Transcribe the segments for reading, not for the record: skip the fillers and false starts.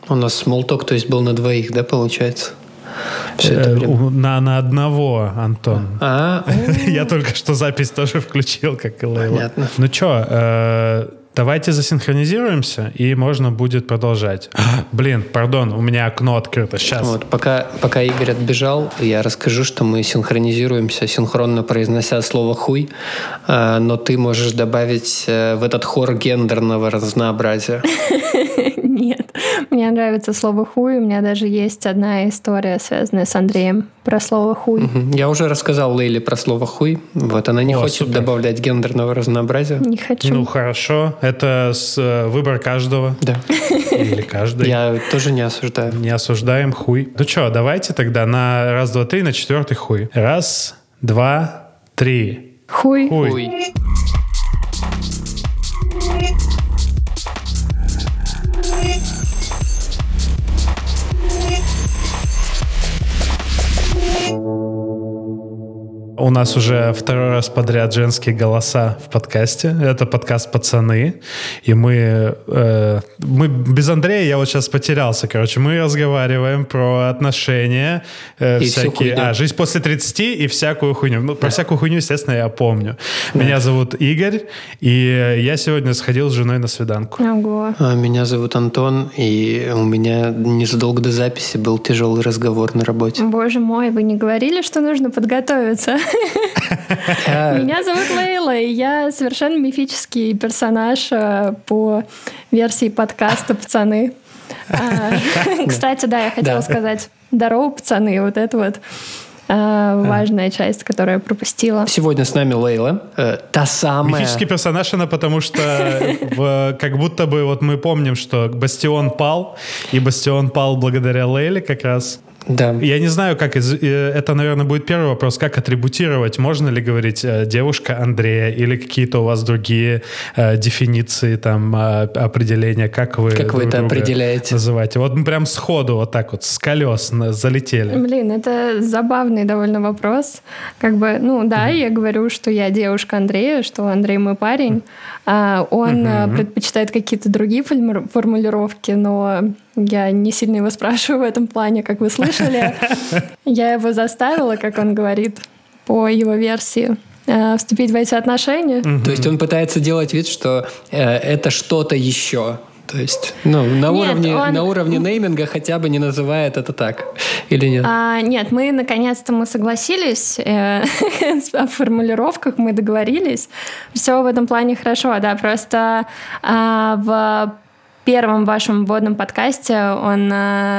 У нас смолток, то есть был на двоих, да, получается? На одного, Антон. Я только что запись тоже включил, как и Лейла. Понятно. Ну что, давайте засинхронизируемся, и можно будет продолжать. Блин, пардон, у меня окно открыто. Сейчас. Вот, пока Игорь отбежал, я расскажу, что мы синхронизируемся, синхронно произнося слово «хуй», но ты можешь добавить в этот хор гендерного разнообразия. Нет, мне нравится слово «хуй». У меня даже есть одна история, связанная с Андреем, про слово «хуй». Я уже рассказал Лейле про слово «хуй». Вот, она не хочет добавлять гендерного разнообразия. Не хочу. Ну, хорошо. Это выбор каждого. Да. Или каждый. Я тоже не осуждаю. Не осуждаем хуй. Ну что, давайте тогда на раз, два, три, на четвертый хуй. Раз, два, три. Хуй. Хуй. У нас уже второй раз подряд женские голоса в подкасте. Это подкаст «Пацаны». И мы без Андрея, я вот сейчас потерялся, короче. Мы разговариваем про отношения, всякие... жизнь после 30 и всякую хуйню. Ну, про всякую хуйню, естественно, я помню. Меня зовут Игорь, и я сегодня сходил с женой на свиданку. Ого. Меня зовут Антон, и у меня незадолго до записи был тяжелый разговор на работе. Боже мой, вы не говорили, что нужно подготовиться? Меня зовут Лейла, и я совершенно мифический персонаж по версии подкаста «Пацаны». Кстати, да, я хотела сказать «Здорово, пацаны», вот это вот важная часть, которую я пропустила. Сегодня с нами Лейла, та самая... Мифический персонаж она, потому что как будто бы вот мы помним, что Бастион пал, и Бастион пал благодаря Лейле как раз. Да. Я не знаю, как это, наверное, будет первый вопрос, как атрибутировать, можно ли говорить девушка Андрея или какие-то у вас другие дефиниции, там, определения, как вы это определяете? Называете? Вот мы прям сходу вот так вот с колес залетели. Блин, это забавный довольно вопрос. Как бы, я говорю, что я девушка Андрея, что Андрей мой парень. Он предпочитает какие-то другие формулировки, но я не сильно его спрашиваю в этом плане, как вы слышали. Я его заставила, как он говорит, по его версии, вступить в эти отношения. То есть он пытается делать вид, что это что-то еще. То есть, на уровне нейминга хотя бы не называет это так. Или нет? Нет, мы наконец-то согласились о формулировках, мы договорились. Все в этом плане хорошо, да, просто в первом вашем вводном подкасте он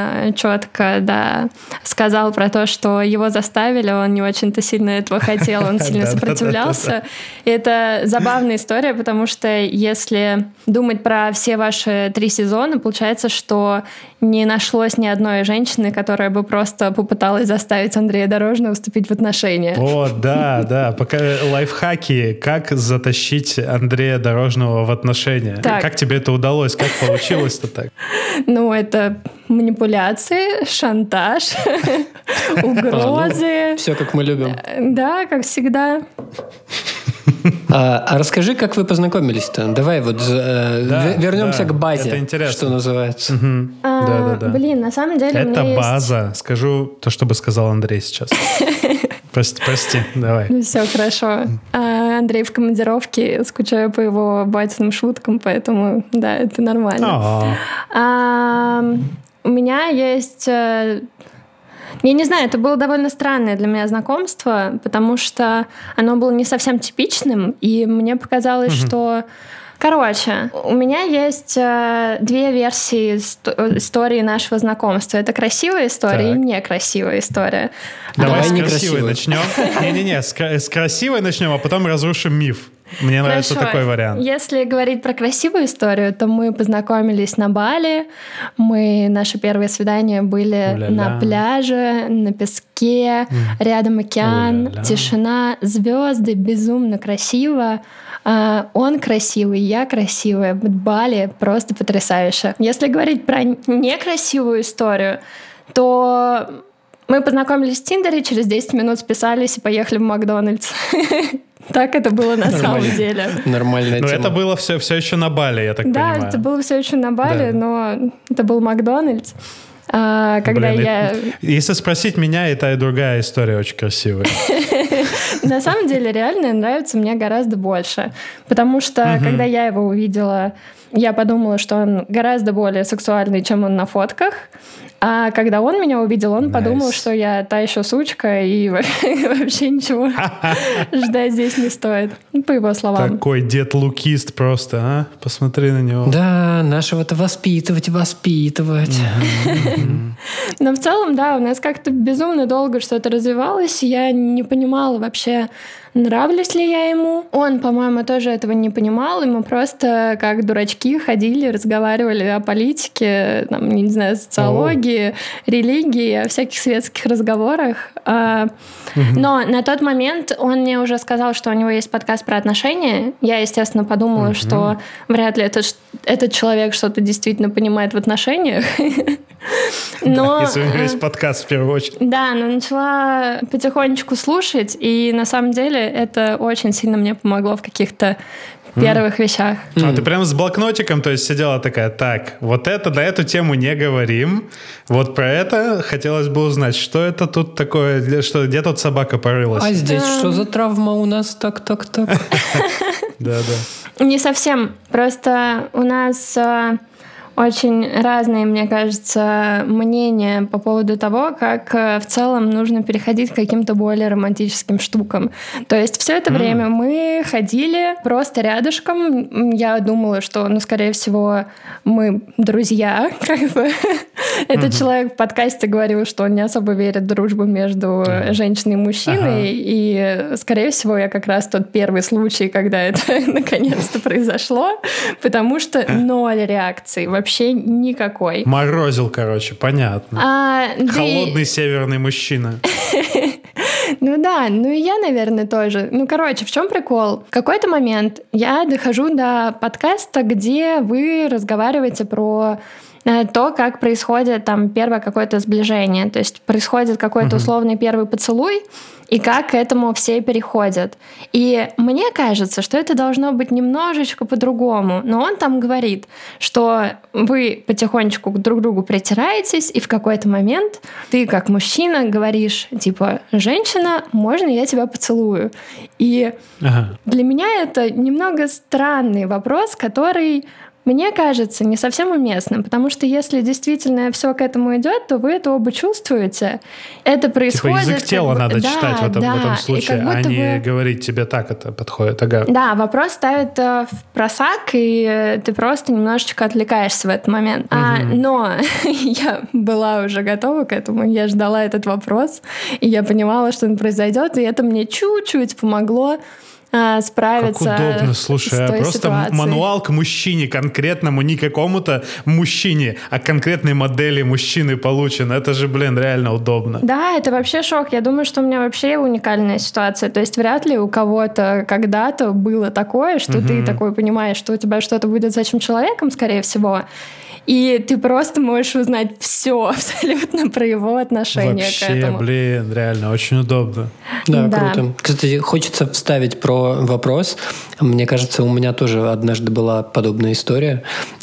четко, сказал про то, что его заставили, он не очень-то сильно этого хотел, он сильно сопротивлялся. И это забавная история, потому что если думать про все ваши 3 сезона, получается, что не нашлось ни одной женщины, которая бы просто попыталась заставить Андрея Дорожного вступить в отношения. О, да. Пока лайфхаки, как затащить Андрея Дорожного в отношения. Так. Как тебе это удалось? Как получилось-то так? Это манипуляции, шантаж, угрозы. Все, как мы любим. Да, как всегда. А расскажи, как вы познакомились-то? Давай вернемся к базе, это интересно. Что называется. Да. Блин, на самом деле это у меня база. есть... Скажу то, что бы сказал Андрей сейчас. Прости, давай. Все хорошо. Андрей в командировке, скучаю по его батиным шуткам, поэтому, да, это нормально. У меня есть... Я не знаю, это было довольно странное для меня знакомство, потому что оно было не совсем типичным, и мне показалось, что... Короче, у меня есть 2 версии истории нашего знакомства. Это красивая история и некрасивая история. Давай с красивой начнем. Не-не-не, с красивой начнем, а потом разрушим миф. Мне нравится такой вариант. Если говорить про красивую историю, то мы познакомились на Бали. Наше первое свидание были на пляже, на песке, рядом океан, тишина, звезды, безумно красиво. Он красивый, я красивая. Бали просто потрясающе. Если говорить про некрасивую историю, то мы познакомились в Тиндере, через 10 минут списались и поехали в Макдональдс. так это было на самом деле. Нормальная тема. Но это было все еще на Бали, я так понимаю. Да, это было все еще на Бали, но это был Макдональдс. Когда Если спросить меня, и та, и другая история очень красивая. На самом деле, реально нравится мне гораздо больше. Потому что, когда я его увидела, я подумала, что он гораздо более сексуальный, чем он на фотках. А когда он меня увидел, он подумал, что я та еще сучка, и вообще ничего ждать здесь не стоит. По его словам. Такой дед-лукист просто, а? Посмотри на него. Да, нашего-то воспитывать. Но в целом, да, у нас как-то безумно долго что-то развивалось. Я не понимала вообще, нравлюсь ли я ему. Он, по-моему, тоже этого не понимал, и мы просто как дурачки ходили, разговаривали о политике, там, не знаю, социологии, религии, о всяких светских разговорах. Но на тот момент он мне уже сказал, что у него есть подкаст про отношения. Я, естественно, подумала, что вряд ли этот человек что-то действительно понимает в отношениях. Но, если у него есть подкаст в первую очередь. Да, но начала потихонечку слушать, и на самом деле это очень сильно мне помогло в каких-то первых вещах. А ты прям с блокнотиком, то есть сидела такая, так, вот это, на эту тему не говорим, вот про это хотелось бы узнать, что это тут такое, где тут собака порылась? А здесь что за травма у нас? Так. Да. Не совсем, просто у нас... очень разные, мне кажется, мнения по поводу того, как в целом нужно переходить к каким-то более романтическим штукам. То есть все это время мы ходили просто рядышком. Я думала, что, скорее всего, мы друзья. Этот человек в подкасте говорил, что он не особо верит в дружбу между женщиной и мужчиной. И, скорее всего, я как раз тот первый случай, когда это наконец-то произошло, потому что 0 реакций. Вообще никакой. Морозил, короче, понятно. Холодный северный мужчина. Ну да, и я, наверное, тоже. В чем прикол? В какой-то момент я дохожу до подкаста, где вы разговариваете про то, как происходит там первое какое-то сближение. То есть происходит какой-то условный первый поцелуй, и как к этому все переходят. И мне кажется, что это должно быть немножечко по-другому. Но он там говорит, что вы потихонечку друг к другу притираетесь, и в какой-то момент ты, как мужчина, говоришь, типа, женщина, можно я тебя поцелую? И для меня это немного странный вопрос, который... мне кажется, не совсем уместным, потому что если действительно все к этому идет, то вы это оба чувствуете. Это происходит... Язык тела надо читать в этом случае, а не говорить, тебе так это подходит. Да, вопрос ставит в просак, и ты просто немножечко отвлекаешься в этот момент. Но я была уже готова к этому, я ждала этот вопрос, и я понимала, что он произойдет, и это мне чуть-чуть помогло справиться. Как удобно, слушай, просто ситуацией. Мануал к мужчине конкретному, не какому-то мужчине, а конкретной модели мужчины получен. Это же, реально удобно. Да, это вообще шок. Я думаю, что у меня вообще уникальная ситуация. То есть вряд ли у кого-то когда-то было такое, что ты такой понимаешь, что у тебя что-то будет с этим человеком, скорее всего. И ты просто можешь узнать все абсолютно про его отношение вообще, к этому. Реально, очень удобно. Да, круто. Кстати, хочется вставить про вопрос. Мне кажется, у меня тоже однажды была подобная история.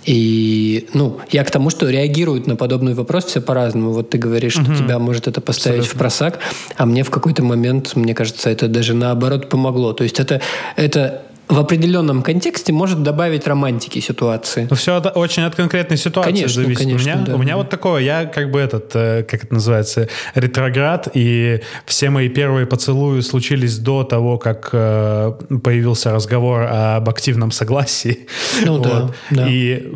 И, я к тому, что реагируют на подобный вопрос все по-разному. Вот ты говоришь, что тебя может это поставить абсолютно в просак, а мне в какой-то момент, мне кажется, это даже наоборот помогло. То есть это в определенном контексте может добавить романтики ситуации. Все очень от конкретной ситуации зависит. У меня вот такое, я как это называется, ретроград, и все мои первые поцелуи случились до того, как появился разговор об активном согласии. Да. И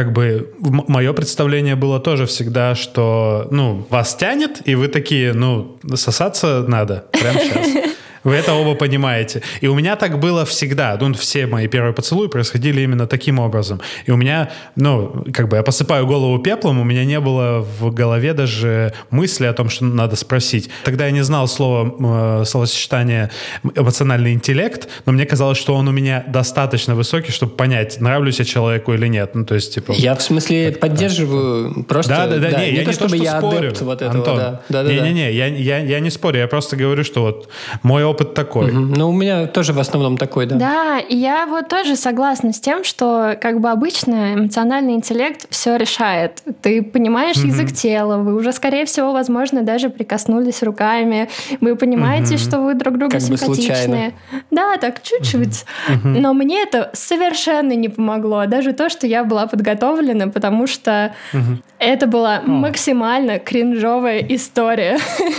мое представление было тоже всегда, что вас тянет, и вы такие, сосаться надо прямо сейчас. Вы это оба понимаете. И у меня так было всегда. Все мои первые поцелуи происходили именно таким образом. И у меня, я посыпаю голову пеплом, у меня не было в голове даже мысли о том, что надо спросить. Тогда я не знал словосочетание эмоциональный интеллект, но мне казалось, что он у меня достаточно высокий, чтобы понять, нравлюсь я человеку или нет. Я в смысле поддерживаю. Просто я не чтобы я спорю, адепт вот этого. Антон. Да. Не, я не спорю. Я просто говорю, что мой опыт такой. Ну, у меня тоже в основном такой, да. Да, и я вот тоже согласна с тем, что как бы обычно эмоциональный интеллект все решает. Ты понимаешь язык тела, вы уже, скорее всего, возможно, даже прикоснулись руками, вы понимаете, что вы друг другу как симпатичны. Да, так чуть-чуть. Но мне это совершенно не помогло. Даже то, что я была подготовлена, потому что это была максимально кринжовая история.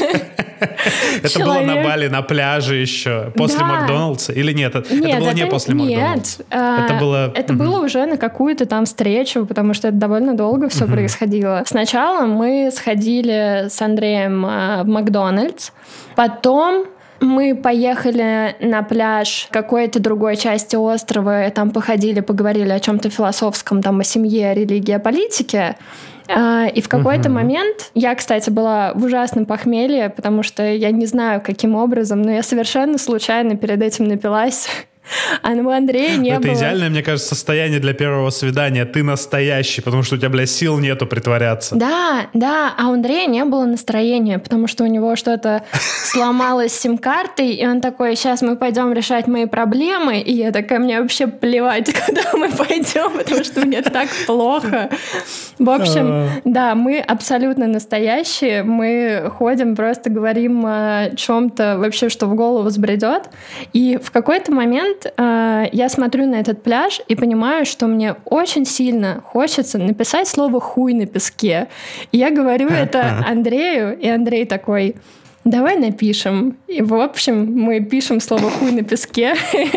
Это было на Бали, на пляже еще, после Макдональдса? Или нет? Это было не после Макдональдса? Это было уже на какую-то там встречу, потому что это довольно долго все происходило. Сначала мы сходили с Андреем в Макдональдс, потом мы поехали на пляж какой-то другой части острова, там походили, поговорили о чем-то философском, там о семье, о религии, о политике. И в какой-то момент я, кстати, была в ужасном похмелье, потому что я не знаю, каким образом, но я совершенно случайно перед этим напилась. А у Андрея не было. Это идеальное, мне кажется, состояние для первого свидания. Ты настоящий, потому что у тебя, бля, сил нету притворяться. Да, а у Андрея не было настроения, потому что у него что-то сломалось с сим-картой, и он такой: сейчас мы пойдем решать мои проблемы. И я такая: мне вообще плевать, куда мы пойдем, потому что мне так плохо. В общем, да, мы абсолютно настоящие. Мы ходим, просто говорим о чем-то вообще, что в голову взбредет. И в какой-то момент я смотрю на этот пляж и понимаю, что мне очень сильно хочется написать слово «хуй» на песке. И я говорю это Андрею, и Андрей такой: давай напишем. И, в общем, мы пишем слово «хуй» на песке.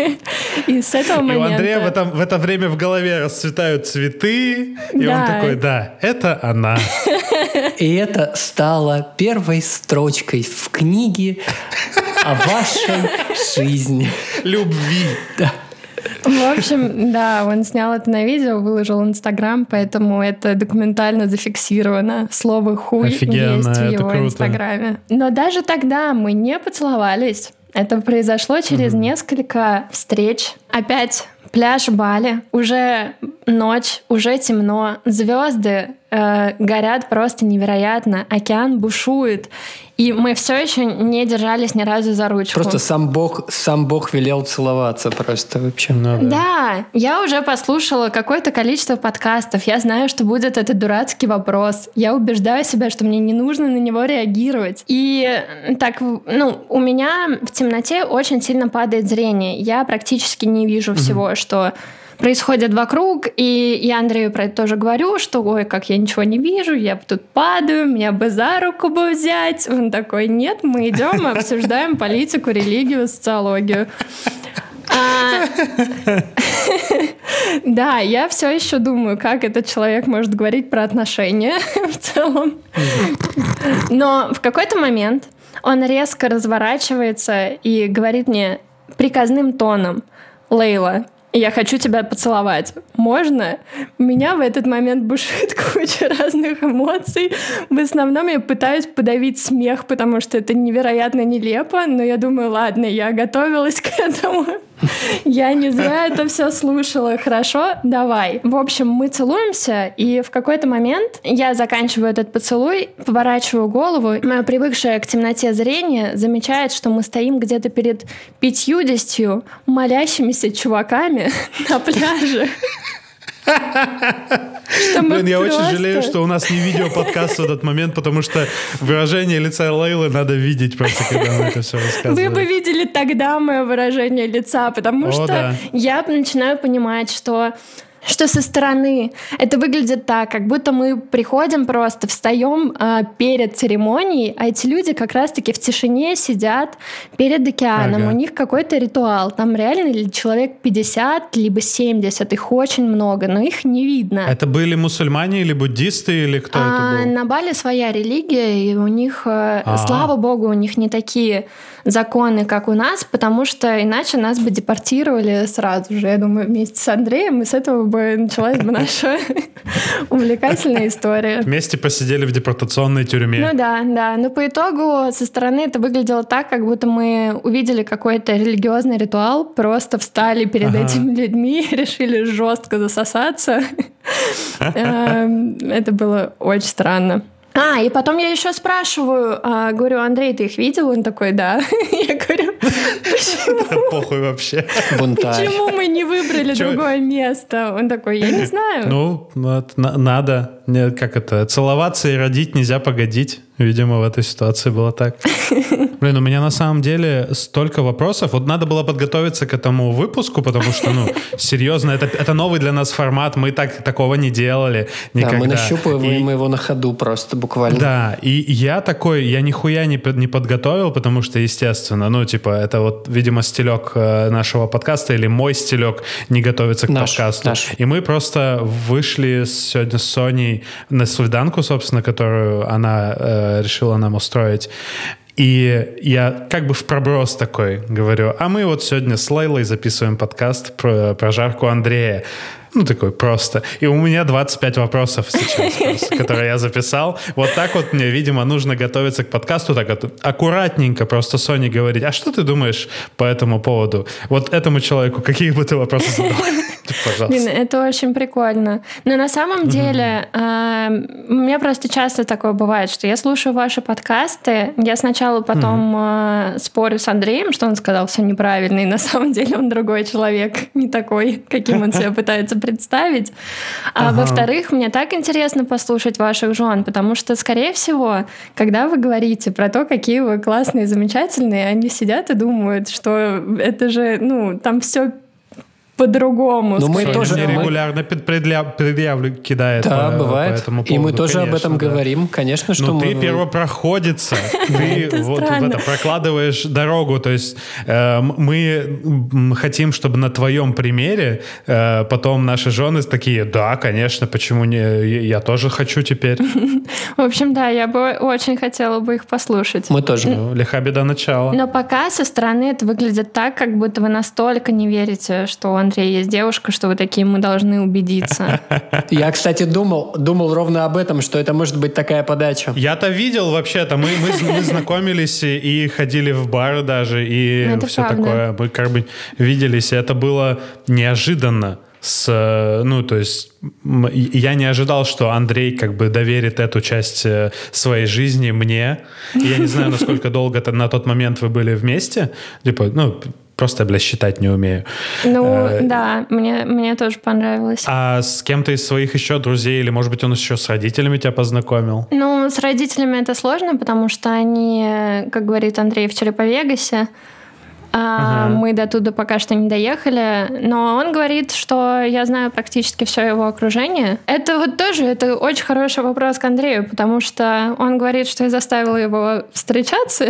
И с этого момента... И у Андрея в это время в голове расцветают цветы, и он такой: да, это она. И это стало первой строчкой в книге о вашей жизни. Любви. Да. В общем, да, он снял это на видео, выложил в Инстаграм, поэтому это документально зафиксировано. Слово «хуй» офигенно, есть в его круто. Инстаграме. Но даже тогда мы не поцеловались. Это произошло через несколько встреч. Опять пляж Бали, уже ночь, уже темно, звезды горят просто невероятно, океан бушует, и мы все еще не держались ни разу за ручку. Просто сам Бог велел целоваться просто вообще. Да, я уже послушала какое-то количество подкастов, я знаю, что будет этот дурацкий вопрос, я убеждаю себя, что мне не нужно на него реагировать. И так, у меня в темноте очень сильно падает зрение, я практически не вижу всего, что происходит вокруг, и я Андрею про это тоже говорю, что ой, как я ничего не вижу, я тут падаю, меня бы за руку бы взять. Он такой: нет, мы идем и обсуждаем политику, религию, социологию. Да, я все еще думаю, как этот человек может говорить про отношения в целом. Но в какой-то момент он резко разворачивается и говорит мне приказным тоном: Лейла, я хочу тебя поцеловать. Можно? У меня в этот момент бушует куча разных эмоций. В основном я пытаюсь подавить смех, потому что это невероятно нелепо, но я думаю, ладно, я готовилась к этому. Я не зря это все слушала. Хорошо, давай. В общем, мы целуемся, и в какой-то момент я заканчиваю этот поцелуй, поворачиваю голову. Мое привыкшее к темноте зрение замечает, что мы стоим где-то перед 50 молящимися чуваками на пляже. Блин, я очень жалею, что у нас не видео-подкаст в этот момент, потому что выражение лица Лейлы надо видеть просто, когда она это все рассказывает. Вы бы видели тогда мое выражение лица, потому что я начинаю понимать, что со стороны это выглядит так, как будто мы приходим просто, встаем перед церемонией, а эти люди как раз-таки в тишине сидят перед океаном. У них какой-то ритуал. Там реально человек 50, либо 70, их очень много, но их не видно. Это были мусульмане или буддисты, или кто это был? На Бали своя религия, и у них, слава богу, у них не такие законы, как у нас, потому что иначе нас бы депортировали сразу же, я думаю, вместе с Андреем, и с этого бы началась бы наша увлекательная история. Вместе посидели в депортационной тюрьме. Ну да. Но по итогу со стороны это выглядело так, как будто мы увидели какой-то религиозный ритуал, просто встали перед этими людьми, решили жестко засосаться. Это было очень странно. И потом я еще спрашиваю, говорю, Андрей, ты их видел? Он такой, да. Я говорю, почему? Похуй вообще. Бунтарь. Почему мы не выбрали другое место? Он такой, я не знаю. Ну, надо. Как это? Целоваться и родить нельзя погодить. Видимо, в этой ситуации было так. Блин, у меня на самом деле столько вопросов. Вот надо было подготовиться к этому выпуску, потому что, серьезно, это новый для нас формат. Мы такого не делали никогда. Да, мы нащупываем его на ходу просто буквально. Да, и я нихуя не подготовил, потому что, естественно, это вот, видимо, стилек нашего подкаста или мой стилек не готовиться к подкасту. И мы просто вышли сегодня с Соней на свиданку, собственно, которую она решила нам устроить. И я как бы в проброс такой говорю, а мы вот сегодня с Лейлой записываем подкаст про прожарку Андрея. Такой просто. И у меня 25 вопросов сейчас, которые я записал. Вот так вот мне, видимо, нужно готовиться к подкасту, так вот аккуратненько просто Соне говорить, а что ты думаешь по этому поводу? Вот этому человеку какие бы ты вопросы задал? Пожалуйста. Это очень прикольно. Но на самом деле у меня просто часто такое бывает, что я слушаю ваши подкасты, я сначала потом спорю с Андреем, что он сказал все неправильно, и на самом деле он другой человек, не такой, каким он себя пытается представить. Во-вторых, мне так интересно послушать ваших жен, потому что, скорее всего, когда вы говорите про то, какие вы классные, замечательные, они сидят и думают, что это же, там все по-другому. Но мы тоже регулярно предъявлю кидает. Да, бывает. По этому поводу. И мы тоже об этом говорим. Конечно, что мы... ты первопроходица. Ты прокладываешь дорогу. То есть мы хотим, чтобы на твоем примере потом наши жены такие, да, конечно, почему не? Я тоже хочу теперь. В общем, да, я бы очень хотела бы их послушать. Мы тоже. Лиха беда начала. Но пока со стороны это выглядит так, как будто вы настолько не верите, что у Андрея есть девушка, что вы такие, мы должны убедиться. Я, кстати, думал ровно об этом, что это может быть такая подача. Я-то видел вообще-то. Мы знакомились и ходили в бар даже, и все такое. Мы как бы виделись, и это было неожиданно. То есть я не ожидал, что Андрей как бы доверит эту часть своей жизни мне. И я не знаю, насколько долго на тот момент вы были вместе. Просто, считать не умею. Да, мне тоже понравилось. А с кем-то из своих еще друзей, или, может быть, он еще с родителями тебя познакомил? С родителями это сложно, потому что они, как говорит Андрей, в Челябе-Вегасе. Мы до туда пока что не доехали, но он говорит, что я знаю практически все его окружение. Это вот тоже, это очень хороший вопрос к Андрею, потому что он говорит, что я заставила его встречаться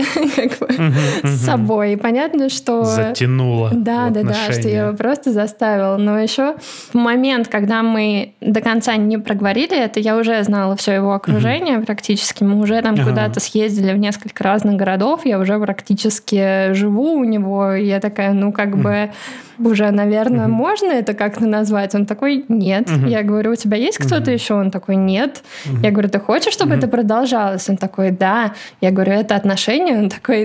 с собой. И понятно, что... Затянула. Да, что я его просто заставила. Но еще в момент, когда мы до конца не проговорили это, я уже знала все его окружение практически. Мы уже там куда-то съездили в несколько разных городов, я уже практически живу у него. И я такая, уже, наверное, можно это как-то назвать? Он такой, нет. Я говорю, у тебя есть кто-то еще? Он такой, нет. Я говорю, ты хочешь, чтобы это продолжалось? Он такой, да. Я говорю, это отношения? Он такой,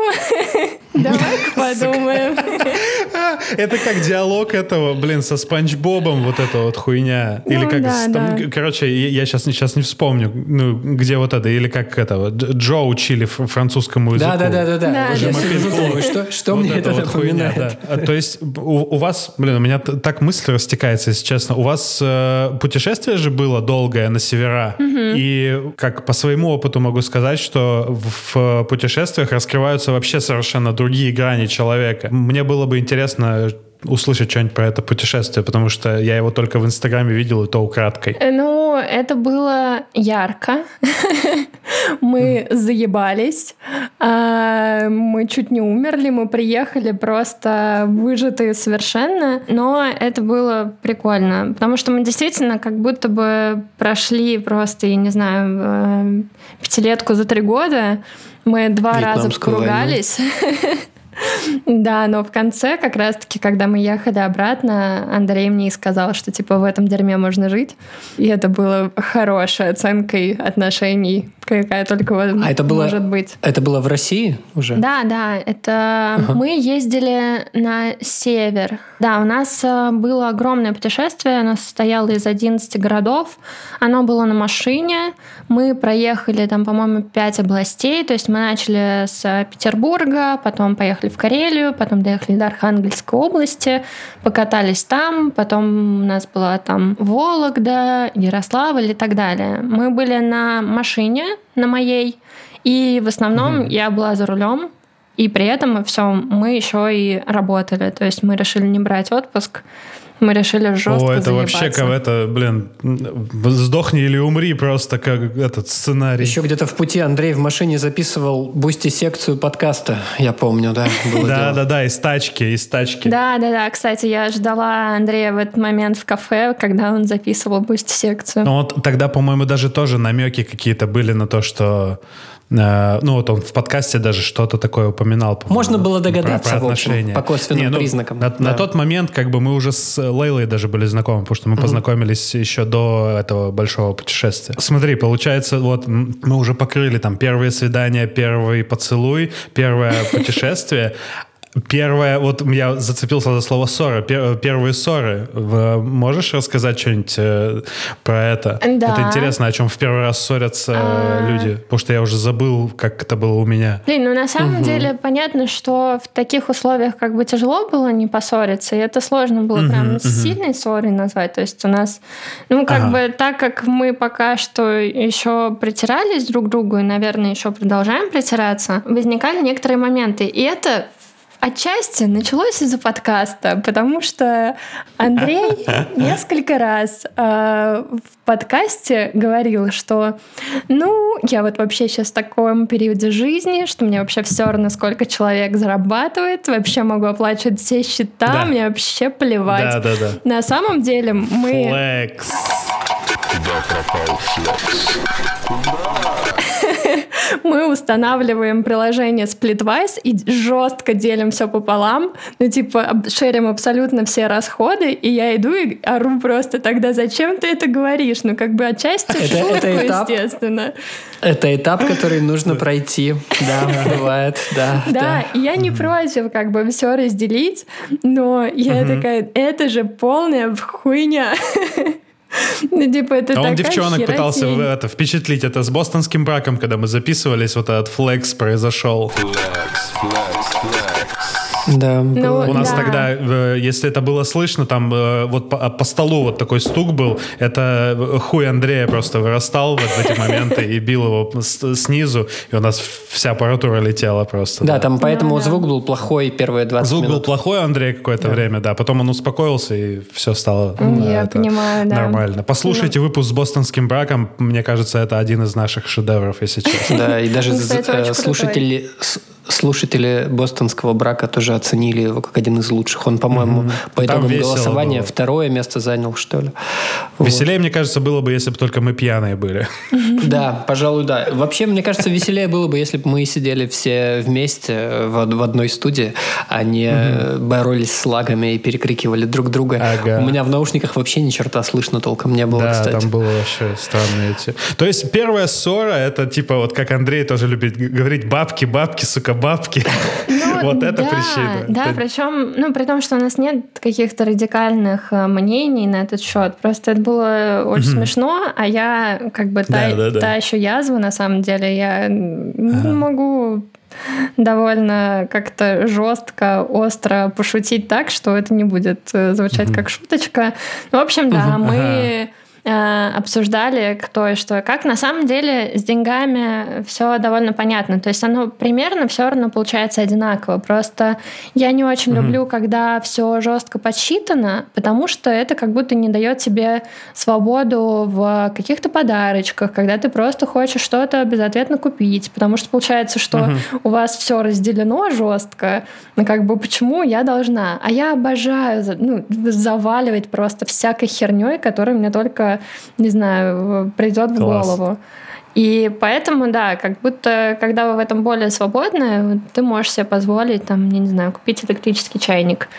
давай-ка подумаем. Это как диалог этого, со Спанч Бобом, вот эта вот хуйня. Или как, короче, я сейчас не вспомню, где вот это, или как этого, Джо учили французскому языку. Да. Что мне это напоминает? То есть у вас, у меня так мысль растекается, если честно. У вас путешествие же было долгое на севера. И как по своему опыту могу сказать, что в путешествиях раскрываются вообще совершенно другие грани человека. Мне было бы интересно услышать что-нибудь про это путешествие, потому что я его только в Инстаграме видел, и то украдкой. Это было ярко. Мы заебались. Мы чуть не умерли. Мы приехали просто выжатые совершенно. Но это было прикольно, потому что мы действительно как будто бы прошли просто, я не знаю, пятилетку за 3 года. Мы 2 раза поругались. Да, но в конце, как раз-таки, когда мы ехали обратно, Андрей мне и сказал, что в этом дерьме можно жить. И это было хорошей оценкой отношений, какая только может быть. Это было в России уже? Да, это мы ездили на север. Да, у нас было огромное путешествие, оно состояло из 11 городов, оно было на машине, мы проехали там, по-моему, 5 областей, то есть мы начали с Петербурга, потом поехали в Карелию, потом доехали до Архангельской области, покатались там, потом у нас была там Вологда, Ярославль и так далее. Мы были на машине, на моей, и в основном я была за рулем, и при этом мы еще и работали. То есть мы решили не брать отпуск, мы решили жестко это заебаться. вообще как это, сдохни или умри просто, как этот сценарий. Еще где-то в пути Андрей в машине записывал бусти-секцию подкаста, я помню, да? Да, из тачки. Да, кстати, я ждала Андрея в этот момент в кафе, когда он записывал бусти-секцию. Ну вот тогда, по-моему, даже тоже намеки какие-то были на то, что вот он в подкасте даже что-то такое упоминал. Можно было догадаться, про отношения. В общем, по косвенным признакам. На тот момент как бы мы уже с Лейлой даже были знакомы, потому что мы познакомились еще до этого большого путешествия. Смотри, получается, вот мы уже покрыли там первые свидания, первый поцелуй, первое путешествие. Первое, вот я зацепился за слово ссора. Первые ссоры. Можешь рассказать что-нибудь про это? Да. Это интересно, о чем в первый раз ссорятся люди. Потому что я уже забыл, как это было у меня. На самом деле понятно, что в таких условиях как бы тяжело было не поссориться, и это сложно было прям сильной ссорой назвать. То есть у нас, бы так как мы пока что еще притирались друг к другу и, наверное, еще продолжаем притираться, возникали некоторые моменты. И это отчасти началось из-за подкаста, потому что Андрей несколько раз в подкасте говорил, что я вот вообще сейчас в таком периоде жизни, что мне вообще все равно, сколько человек зарабатывает, вообще могу оплачивать все счета, мне вообще плевать. Да. На самом деле мы... Флекс. Куда пропал флекс? Мы устанавливаем приложение Splitwise и жестко делим все пополам. Шерим абсолютно все расходы, и я иду и ору просто тогда, зачем ты это говоришь? Отчасти в шутку, естественно. Это этап, который нужно пройти. Да, бывает, да. Да, и я не против все разделить, но я такая, это же полная хуйня. Это он девчонок пытался впечатлить. Это с бостонским браком, когда мы записывались, вот этот флекс произошел. Флекс. Да, у нас тогда, если это было слышно, там вот по столу вот такой стук был, это хуй Андрея просто вырастал в эти моменты и бил его снизу, и у нас вся аппаратура летела просто. Да, там поэтому звук был плохой первые 20 минут. Звук был плохой у Андрея какое-то время, да, потом он успокоился, и все стало нормально. Послушайте выпуск с бостонским браком, мне кажется, это один из наших шедевров, если честно. Да, и даже слушатели бостонского брака тоже оценили его как один из лучших. Он, по-моему, по итогам голосования второе место занял, что ли. Веселее, мне кажется, было бы, если бы только мы пьяные были. Да, пожалуй, да. Вообще, мне кажется, веселее было бы, если бы мы сидели все вместе в одной студии, а не боролись с лагами и перекрикивали друг друга. У меня в наушниках вообще ни черта слышно толком не было, кстати. Да, там было вообще странные эти... То есть первая ссора, это типа вот как Андрей тоже любит говорить, бабки, сука, бабки. Вот это причина. Да, причем, при том, что у нас нет каких-то радикальных мнений на этот счет. Просто это было очень смешно, а я та еще язва, на самом деле. Я могу довольно как-то жестко, остро пошутить так, что это не будет звучать как шуточка. В общем, да, мы обсуждали, кто и что и как. На самом деле с деньгами все довольно понятно. То есть оно примерно все равно получается одинаково. Просто я не очень люблю, когда все жестко подсчитано, потому что это как будто не дает тебе свободу в каких-то подарочках, когда ты просто хочешь что-то безответно купить. Потому что получается, что у вас все разделено жестко. Почему я должна? А я обожаю заваливать просто всякой херней, которая мне только, не знаю, придет в голову. И поэтому, да, как будто, когда вы в этом более свободны, ты можешь себе позволить, там, я не знаю, купить электрический чайник.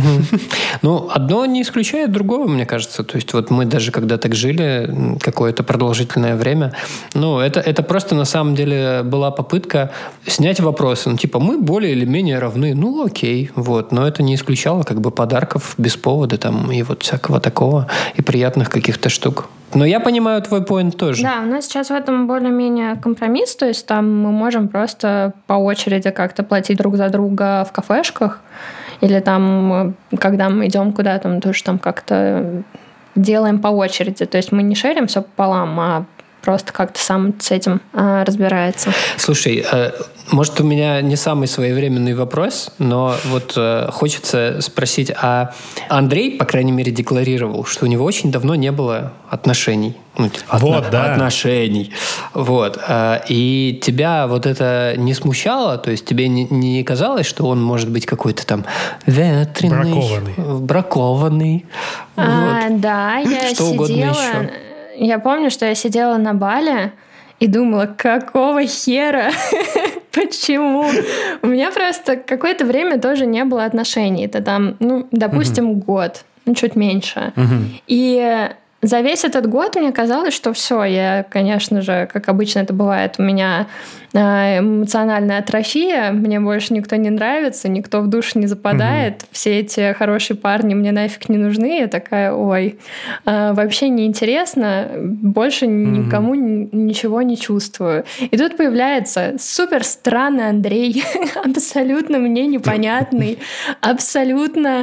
Ну, одно не исключает другого, мне кажется. То есть вот мы даже когда так жили какое-то продолжительное время, ну, это просто на самом деле была попытка снять вопросы. Ну, типа, мы более или менее равны. Ну, окей, вот. Но это не исключало как бы подарков без повода там и вот всякого такого, и приятных каких-то штук. Но я понимаю твой поинт тоже. Да, у нас сейчас в этом более-менее компромисс, то есть там мы можем просто по очереди как-то платить друг за друга в кафешках, или там, когда мы идем куда-то, мы тоже там как-то делаем по очереди, то есть мы не шерим все пополам, а просто как-то сам с этим разбирается. Слушай, может, у меня не самый своевременный вопрос, но вот хочется спросить, а Андрей, по крайней мере, декларировал, что у него очень давно не было отношений. Ну, отношений. Вот. И тебя вот это не смущало? То есть тебе не казалось, что он может быть какой-то там ветреный? Бракованный. Вот. Да, я что угодно еще. Я помню, что я сидела на Бали и думала, какого хера? Почему? У меня просто какое-то время тоже не было отношений. Это там, ну, допустим, год, ну, чуть меньше. И за весь этот год мне казалось, что все, я, конечно же, как обычно это бывает, у меня эмоциональная атрофия, мне больше никто не нравится, никто в душу не западает, все эти хорошие парни мне нафиг не нужны, я такая, ой, вообще неинтересно, больше никому ничего не чувствую. И тут появляется супер странный Андрей, абсолютно мне непонятный, абсолютно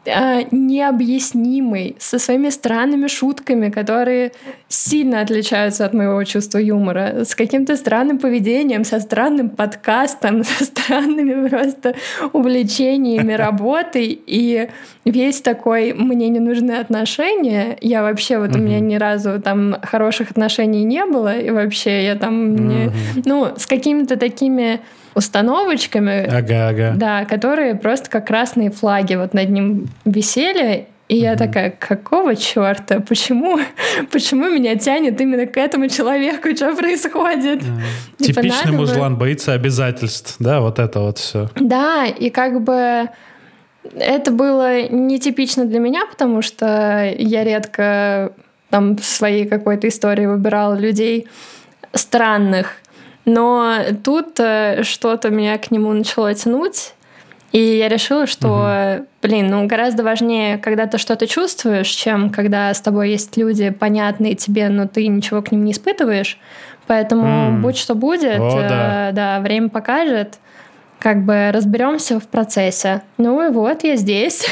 необъяснимый, со своими странными шутками, которые сильно отличаются от моего чувства юмора, с каким-то странным поведением, со странным подкастом, со странными просто увлечениями работой, и весь такой «мне не нужны отношения», я вообще, вот у меня ни разу там хороших отношений не было, и вообще я там, с какими-то такими установочками, да, которые просто как красные флаги вот над ним висели. И я такая, какого черта? Почему меня тянет именно к этому человеку? Что происходит? Типичный мужлан, боится обязательств. Да, вот это вот все. Да, и как бы это было нетипично для меня, потому что я редко там в своей какой-то истории выбирала людей странных. Но тут что-то меня к нему начало тянуть, и я решила, что, гораздо важнее, когда ты что-то чувствуешь, чем когда с тобой есть люди, понятные тебе, но ты ничего к ним не испытываешь. Поэтому будь что будет, да, время покажет, как бы разберемся в процессе. Ну и вот, я здесь.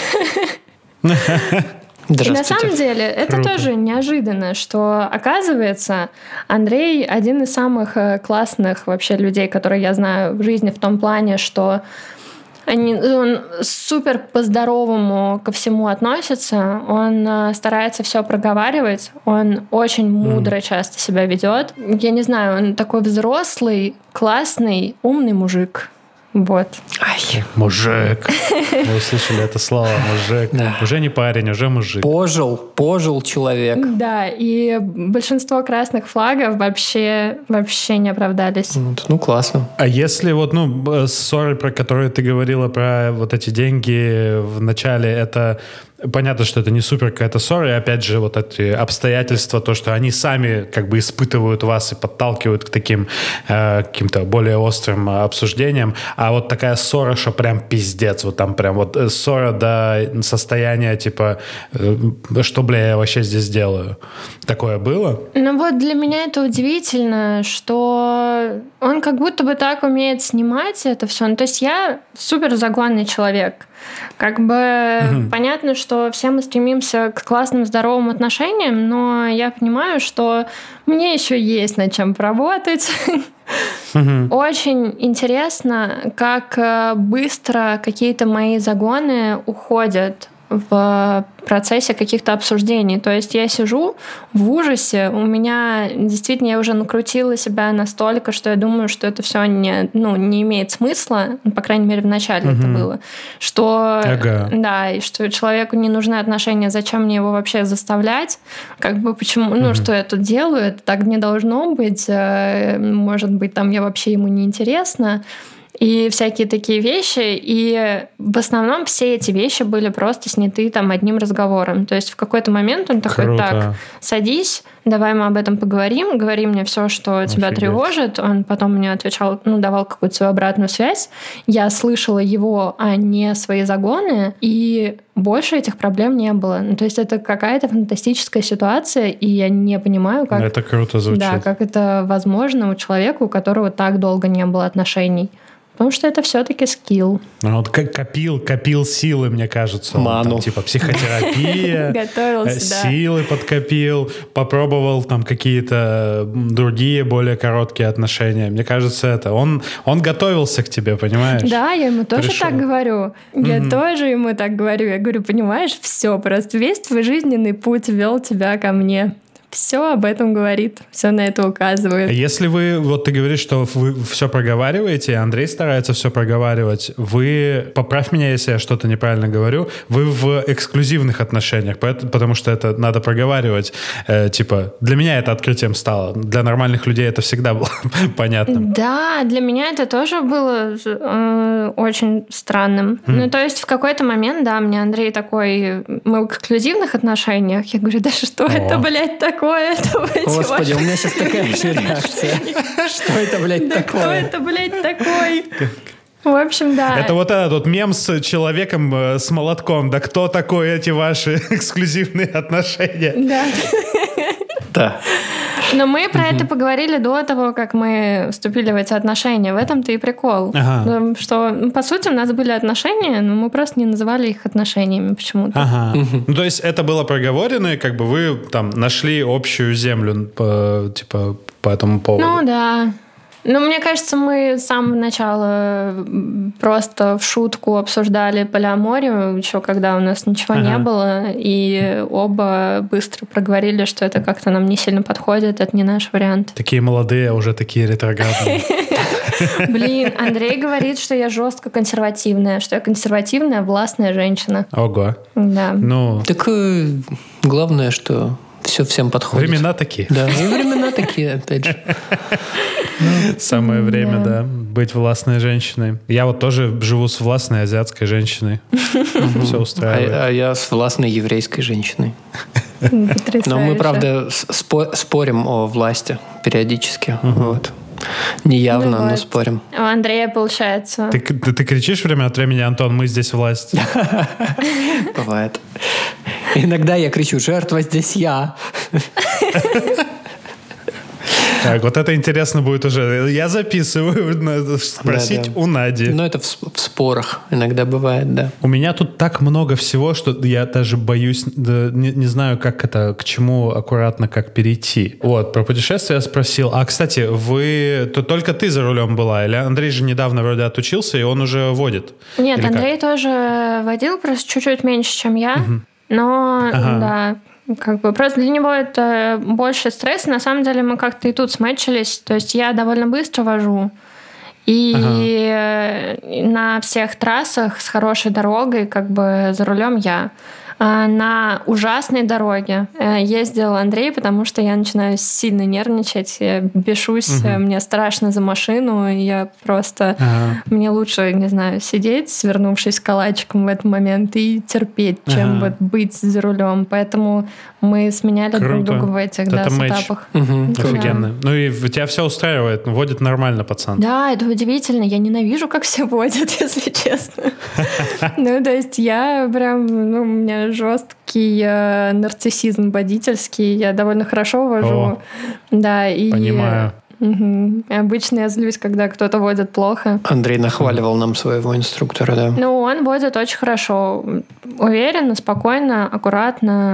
И на самом деле это тоже неожиданно, что, оказывается, Андрей один из самых классных вообще людей, которые я знаю в жизни, в том плане, что он супер по-здоровому ко всему относится, он старается все проговаривать, он очень мудро часто себя ведет. Я не знаю, он такой взрослый, классный, умный мужик. Вот. Ай. Мужик. Вы услышали это слово, мужик. Да. Уже не парень, уже мужик. Пожил человек. Да, и большинство красных флагов вообще не оправдались. Ну, классно. А если ссоры, про которые ты говорила, про вот эти деньги в начале, это... Понятно, что это не супер какая-то ссора, и опять же вот эти обстоятельства, то, что они сами как бы испытывают вас и подталкивают к таким каким-то более острым обсуждениям, а вот такая ссора, что прям пиздец, вот там прям вот ссора до состояния типа, что, бля, я вообще здесь делаю? Такое было? Ну вот для меня это удивительно, что он как будто бы так умеет снимать это все. Ну, то есть я супер загонный человек. Как бы понятно, что все мы стремимся к классным, здоровым отношениям, но я понимаю, что мне еще есть над чем поработать. Очень интересно, как быстро какие-то мои загоны уходят в процессе каких-то обсуждений. То есть я сижу в ужасе, у меня действительно я уже накрутила себя настолько, что я думаю, что это все не имеет смысла, по крайней мере, в начале это было, что, да, и что человеку не нужны отношения, зачем мне его вообще заставлять, как бы почему, что я тут делаю, это так не должно быть, может быть, там я вообще ему не интересна. И всякие такие вещи. И в основном все эти вещи были просто сняты там одним разговором. То есть в какой-то момент он такой: так, садись, давай мы об этом поговорим, говори мне все, что тебя тревожит. Он потом мне отвечал, давал какую-то свою обратную связь. Я слышала его, а не свои загоны. И больше этих проблем не было. То есть это какая-то фантастическая ситуация, и я не понимаю, как... Это круто звучит. Да, как это возможно у человека, у которого так долго не было отношений. Потому что это все-таки скилл. Вот копил силы, мне кажется. Ману. Там, типа психотерапия. Готовился, да. Силы подкопил, попробовал там какие-то другие, более короткие отношения. Мне кажется, это... Он готовился к тебе, понимаешь? Да, я ему тоже так говорю. Я тоже ему так говорю. Я говорю, понимаешь, все, просто весь твой жизненный путь вел тебя ко мне. Все об этом говорит, все на это указывает. Если ты говоришь, что вы все проговариваете, Андрей старается все проговаривать, поправь меня, если я что-то неправильно говорю, вы в эксклюзивных отношениях, потому что это надо проговаривать. Для меня это открытием стало. Для нормальных людей это всегда было понятным. Да, для меня это тоже было очень странным. То есть в какой-то момент, да, мне Андрей такой: мы в эксклюзивных отношениях. Я говорю, да что это, блядь, такое? Господи, у меня сейчас такая же реакция. Что это, блядь, такое? Кто это, блядь, такой? В общем, да. Это вот этот мем с человеком с молотком. Да кто такой эти ваши эксклюзивные отношения? Да. Да. Но мы про это поговорили до того, как мы вступили в эти отношения. В этом-то и прикол. Ага. Что, по сути, у нас были отношения, но мы просто не называли их отношениями почему-то. Ага. То есть это было проговорено, и как бы вы там нашли общую землю по этому поводу. Ну да. Мне кажется, мы с самого начала просто в шутку обсуждали полиаморию, еще когда у нас ничего не было, и оба быстро проговорили, что это как-то нам не сильно подходит, это не наш вариант. Такие молодые, а уже такие ретроградные. Блин, Андрей говорит, что я жестко консервативная, что я консервативная, властная женщина. Ого. Да. Так главное, что все всем подходит. Времена такие. Да, и времена такие, опять же. Самое время, да, быть властной женщиной. Я вот тоже живу с властной азиатской женщиной. Все устраивает. А я с властной еврейской женщиной. Но мы, правда, спорим о власти периодически. Вот. Неявно, но спорим. У Андрея получается. Ты кричишь время от времени: Антон, мы здесь власть? Бывает. Иногда я кричу: жертва здесь я. Так, вот это интересно будет уже. Я записываю, надо спросить у Нади. Но это в спорах иногда бывает, да. У меня тут так много всего, что я даже боюсь, не знаю, как это, к чему аккуратно, как перейти. Вот, про путешествия я спросил. А, кстати, только ты за рулем была? Или Андрей же недавно вроде отучился, и он уже водит? Нет, Андрей тоже водил, просто чуть-чуть меньше, чем я. Но, да... просто для него это больше стресс. На самом деле мы как-то и тут смэчились. То есть я довольно быстро вожу. И на всех трассах с хорошей дорогой как бы за рулем я. На ужасной дороге ездил Андрей, потому что я начинаю сильно нервничать, я бешусь, мне страшно за машину, я просто... Мне лучше, не знаю, сидеть, свернувшись калачиком в этот момент и терпеть, чем вот быть за рулем. Поэтому мы сменяли друг друга в этих сетапах. Офигенно. Ну и тебя все устраивает, водит нормально, пацан. Да, это удивительно. Я ненавижу, как все водят, если честно. То есть я прям... У меня жесткий нарциссизм водительский. Я довольно хорошо вожу. Да, и... Понимаю. Обычно я злюсь, когда кто-то водит плохо. Андрей нахваливал нам своего инструктора, да. Он водит очень хорошо. Уверенно, спокойно, аккуратно.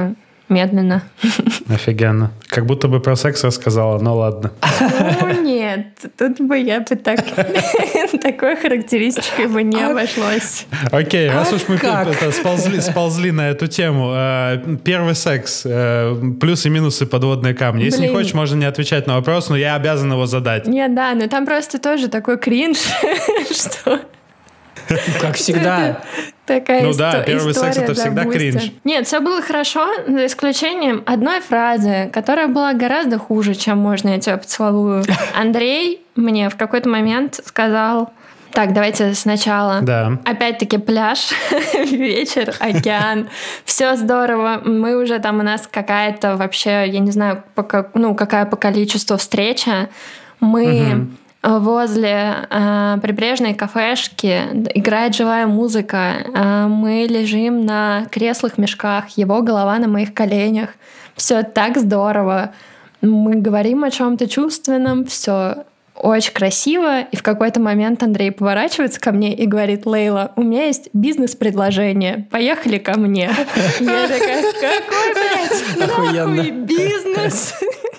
медленно. Офигенно. Как будто бы про секс рассказала, но ладно. Ну, нет, тут бы я бы такой характеристикой бы не обошлось. Окей, раз уж мы как? сползли на эту тему. Первый секс. Плюсы и минусы, подводные камни. Если не Блин. хочешь, можно не отвечать на вопрос, но я обязан его задать. Нет, да, но там просто тоже такой кринж, что... Как всегда. Такая Ну да, первый секс — это всегда бустер. кринж. Нет, все было хорошо, за исключением одной фразы, которая была гораздо хуже, чем «можно я тебя поцелую». Андрей мне в какой-то момент сказал: так, давайте сначала. Да. Опять-таки пляж, вечер, океан. Все здорово. Мы уже там, у нас какая-то вообще, я не знаю, какая по количеству встреча. Мы возле прибрежной кафешки, играет живая музыка. Мы лежим на креслах-мешках, его голова на моих коленях. Все так здорово. Мы говорим о чем-то чувственном, все очень красиво, и в какой-то момент Андрей поворачивается ко мне и говорит: Лейла, у меня есть бизнес-предложение, поехали ко мне. Я такая: какой, блядь, Охуенно. нахуй бизнес?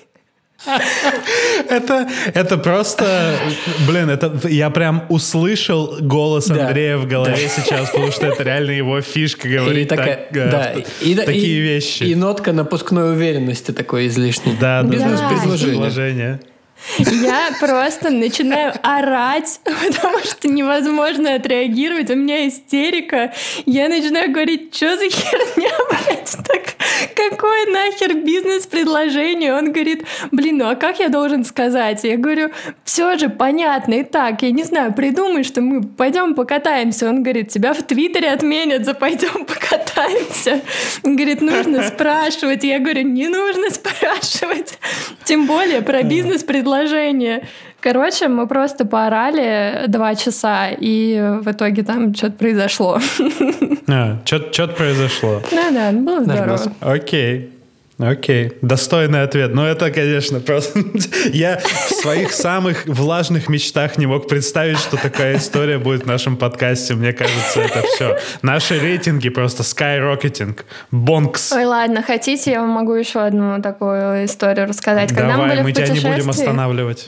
Это просто... Блин, я прям услышал голос Да, Андрея в голове сейчас, потому что это реально его фишка говорить такие вещи. И нотка напускной уверенности такой излишней. Да, Бизнес-предложение. Я просто начинаю орать, потому что невозможно отреагировать. У меня истерика. Я начинаю говорить: что за херня, блядь? Так, какое нахер бизнес-предложение? Он говорит: блин, ну а как я должен сказать? Я говорю: все же понятно. Итак, я не знаю, придумай, что мы пойдем покатаемся. Он говорит: тебя в Твиттере отменят за «пойдем покатаемся». Он говорит: нужно спрашивать. Я говорю: не нужно спрашивать. Тем более про бизнес-предложение. Короче, мы просто поорали 2 часа, и в итоге там что-то произошло. Что-то произошло. Да, было здорово. Окей. Достойный ответ. Но это, конечно, просто... Я в своих самых влажных мечтах не мог представить, что такая история будет в нашем подкасте. Мне кажется, это все. Наши рейтинги просто skyrocketing. Бонкс. Ой, ладно, хотите, я вам могу еще одну такую историю рассказать. Давай, мы тебя не будем останавливать.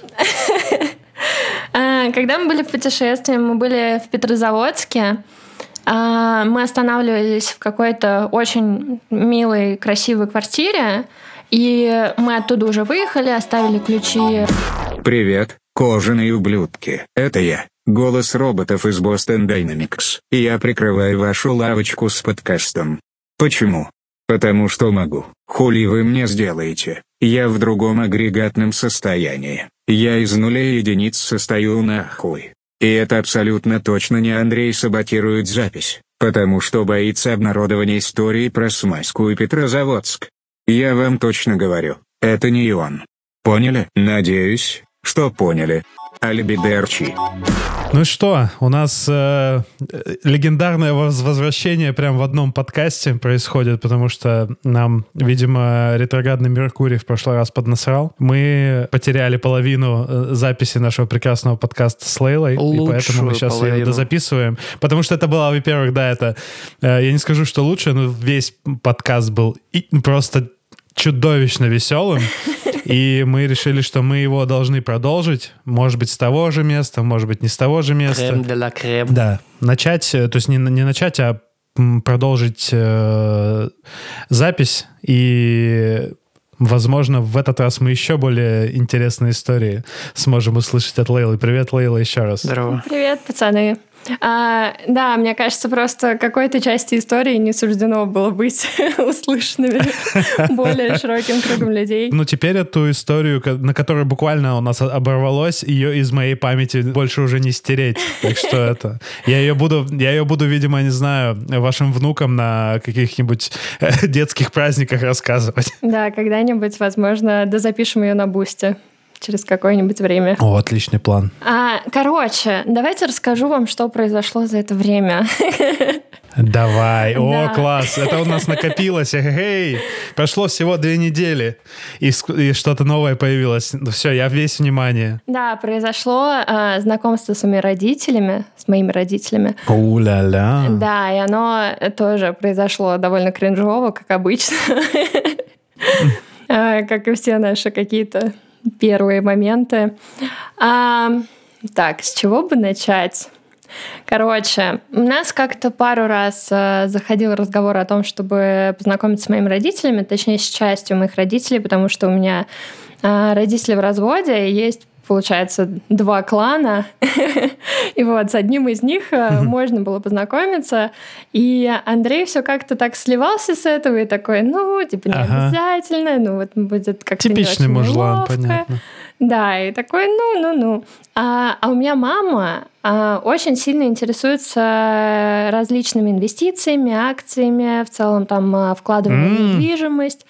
Когда мы были в путешествии, мы были в Петрозаводске. Мы останавливались в какой-то очень милой, красивой квартире, и мы оттуда уже выехали, оставили ключи. Привет, кожаные ублюдки. Это я, голос роботов из Boston Dynamics. И я прикрываю вашу лавочку с подкастом. Почему? Потому что могу. Хули вы мне сделаете? Я в другом агрегатном состоянии. Я из нулей и единиц состою нахуй. И это абсолютно точно не Андрей саботирует запись, потому что боится обнародования истории про Смоленск и Петрозаводск. Я вам точно говорю, это не он. Поняли? Надеюсь, что поняли. Альбидерчи. Ну что, у нас легендарное возвращение прям в одном подкасте происходит, потому что нам, видимо, ретроградный Меркурий в прошлый раз поднасрал. Мы потеряли половину записи нашего прекрасного подкаста с Лейлой, и поэтому мы сейчас ее дозаписываем. Потому что это было, во-первых, да, это... Я не скажу, что лучше, но весь подкаст был просто чудовищно веселым. И мы решили, что мы его должны продолжить. Может быть, с того же места, может быть, не с того же места. Крем де ла крем. Да. Начать, то есть не начать, а продолжить запись. И, возможно, в этот раз мы еще более интересные истории сможем услышать от Лейлы. Привет, Лейла, еще раз. Здорово. Привет, пацаны. Да, мне кажется, просто какой-то части истории не суждено было быть услышанными более широким кругом людей. Ну, теперь эту историю, на которой буквально у нас оборвалось, ее из моей памяти больше уже не стереть. Так что это... Я ее буду, видимо, не знаю, вашим внукам на каких-нибудь детских праздниках рассказывать. Да, когда-нибудь, возможно, дозапишем ее на бусте. Через какое-нибудь время. О, отличный план. Короче, давайте расскажу вам, что произошло за это время. Давай. О, Да. класс. Это у нас накопилось. Эй, прошло всего 2 недели, и что-то новое появилось. Все, я весь внимание. Да, произошло знакомство с моими родителями. У-ля-ля. Да, и оно тоже произошло довольно кринжово, как обычно. Как и все наши какие-то первые моменты. Так, с чего бы начать? Короче, у нас как-то пару раз заходил разговор о том, чтобы познакомиться с моими родителями, точнее, с частью моих родителей, потому что у меня родители в разводе, и есть, получается, 2 клана. И вот с одним из них можно было познакомиться. И Андрей все как-то так сливался с этого и такой, ну, типа, не обязательно, ну, вот будет как-то не Типичный очень мужлан, неловко. понятно. Да, и такой, ну. А у меня мама очень сильно интересуется различными инвестициями, акциями, в целом там вкладыванием в недвижимость,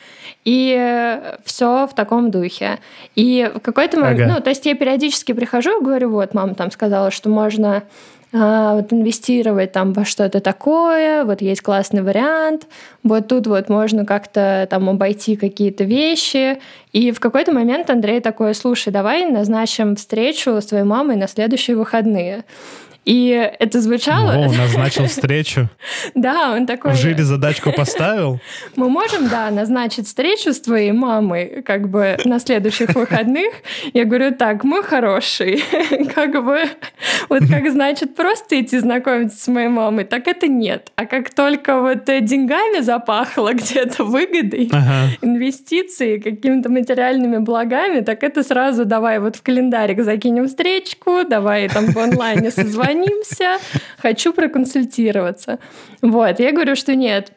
и все в таком духе. И в какой-то момент, ну, то есть я периодически прихожу и говорю, вот, мама там сказала, что можно вот инвестировать там во что-то такое, вот есть классный вариант, вот тут вот можно как-то там обойти какие-то вещи. И в какой-то момент Андрей такой, слушай, давай назначим встречу с твоей мамой на следующие выходные. И это звучало... О, назначил встречу. Да, он такой... В жире задачку поставил. Мы можем, да, назначить встречу с твоей мамой как бы на следующих выходных. Я говорю, так, мой хороший, как бы, вот как значит просто идти знакомиться с моей мамой, так это нет. А как только вот деньгами запахло где-то, выгодой, инвестицией, какими-то материальными благами, так это сразу давай вот в календарик закинем встречку, давай там в онлайне созвонимся, хочу проконсультироваться. Вот, я говорю, что нет.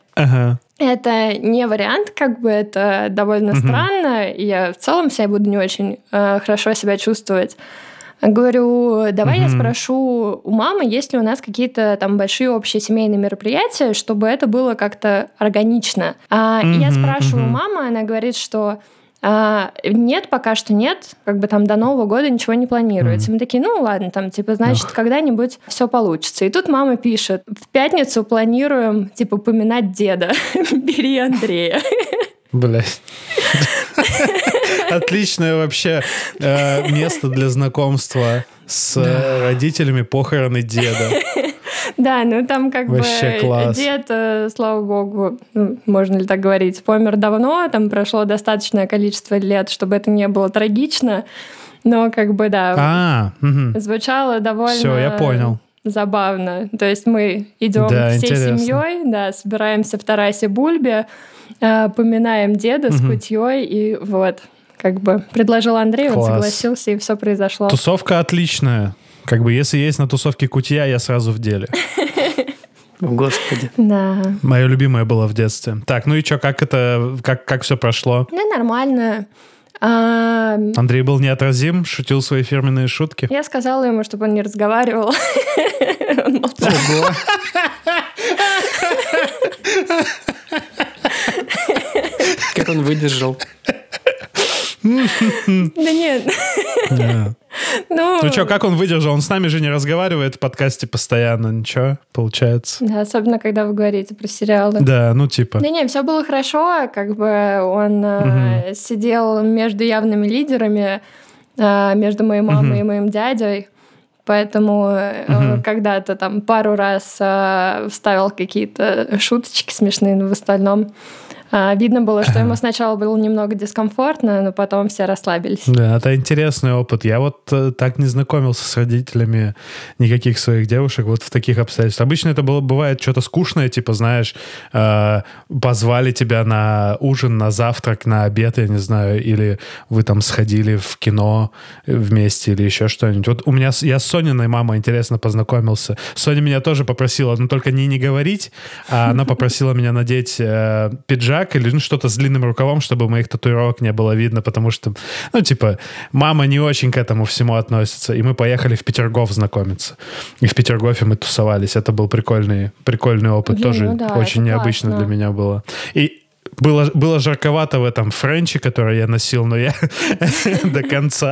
Это не вариант, как бы это довольно странно, и я в целом себя буду не очень хорошо себя чувствовать. Говорю, давай я спрошу у мамы, есть ли у нас какие-то там большие общие семейные мероприятия, чтобы это было как-то органично. И я спрашиваю у мамы, она говорит, что нет, пока что нет, как бы там до Нового года ничего не планируется. Мы такие, ну ладно, там, типа, значит, когда-нибудь все получится. И тут мама пишет, в пятницу планируем, типа, поминать деда. Бери Андрея. Блять. Отличное вообще место для знакомства с родителями, похороны деда. Да, ну там как вообще бы класс. дед, слава богу, ну, можно ли так говорить, помер давно, там прошло достаточное количество лет, чтобы это не было трагично, но как бы, да, звучало довольно... Все, я понял. Забавно. То есть мы идем всей семьей, да, собираемся в Тарасе Бульбе, поминаем деда с кутьей, и вот, как бы предложил Андрей, он согласился, и все произошло. Тусовка отличная. Как бы, если есть на тусовке кутья, я сразу в деле. Господи. Да. Мое любимое было в детстве. Так, ну и что, как все прошло? Ну, нормально. Андрей был неотразим, шутил свои фирменные шутки. Я сказала ему, чтобы он не разговаривал. Он молчал. Как он выдержал? Да нет. Ну что, как он выдержал? Он с нами же не разговаривает в подкасте постоянно, ничего, получается. Да, особенно, когда вы говорите про сериалы. Да, ну типа. Да не, все было хорошо, как бы он сидел между явными лидерами, между моей мамой и моим дядей. Поэтому когда-то там пару раз вставил какие-то шуточки смешные, но в остальном видно было, что ему сначала было немного дискомфортно, но потом все расслабились. Да, это интересный опыт. Я вот так не знакомился с родителями никаких своих девушек вот в таких обстоятельствах. Обычно это бывает что-то скучное, типа, знаешь, позвали тебя на ужин, на завтрак, на обед, я не знаю, или вы там сходили в кино вместе или еще что-нибудь. Вот я с Сониной мамой, интересно, познакомился. Соня меня тоже попросила, но только не говорить, а она попросила меня надеть пиджак или что-то с длинным рукавом, чтобы моих татуировок не было видно, потому что, ну, типа, мама не очень к этому всему относится. И мы поехали в Петергоф знакомиться. И в Петергофе мы тусовались. Это был прикольный опыт. Блин, тоже ну да, очень необычно классно. для меня было. И было жарковато в этом френче, который я носил, но я до конца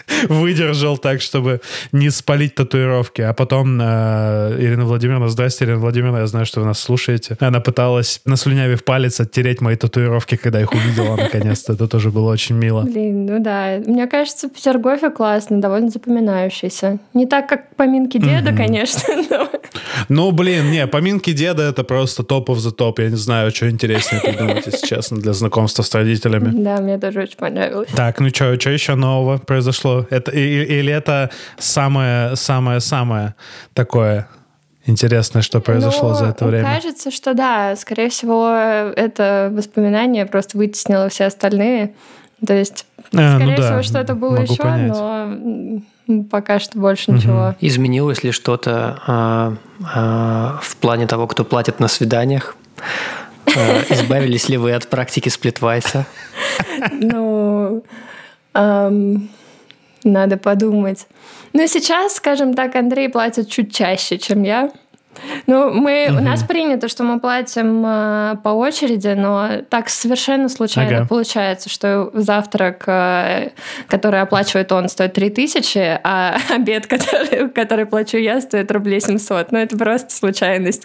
выдержал так, чтобы не спалить татуировки. А потом Ирина Владимировна, здрасте, Ирина Владимировна, я знаю, что вы нас слушаете. Она пыталась, наслюнявив палец, оттереть мои татуировки, когда их увидела наконец-то. Это тоже было очень мило. Блин, ну да. Мне кажется, Петергофе классно, довольно запоминающийся. Не так, как поминки деда, конечно, но... Ну, блин, не, поминки деда — это просто топ of the top. Я не знаю, что интереснее придумать, если честно, для знакомства с родителями. Да, мне тоже очень понравилось. Так, ну что еще нового произошло? Это, или это самое-самое такое интересное, что произошло за это время? Кажется, что да. Скорее всего, это воспоминание просто вытеснило все остальные. То есть, скорее всего, что-то было еще, понять. Но пока что больше ничего. Изменилось ли что-то в плане того, кто платит на свиданиях? Избавились ли вы от практики сплитвайса? Ну, надо подумать. Ну, сейчас, скажем так, Андрей платит чуть чаще, чем я. Ну, у нас принято, что мы платим по очереди, но так совершенно случайно получается, что завтрак, который оплачивает он, стоит 3000, а обед, который плачу я, стоит рублей 700. Ну, это просто случайность.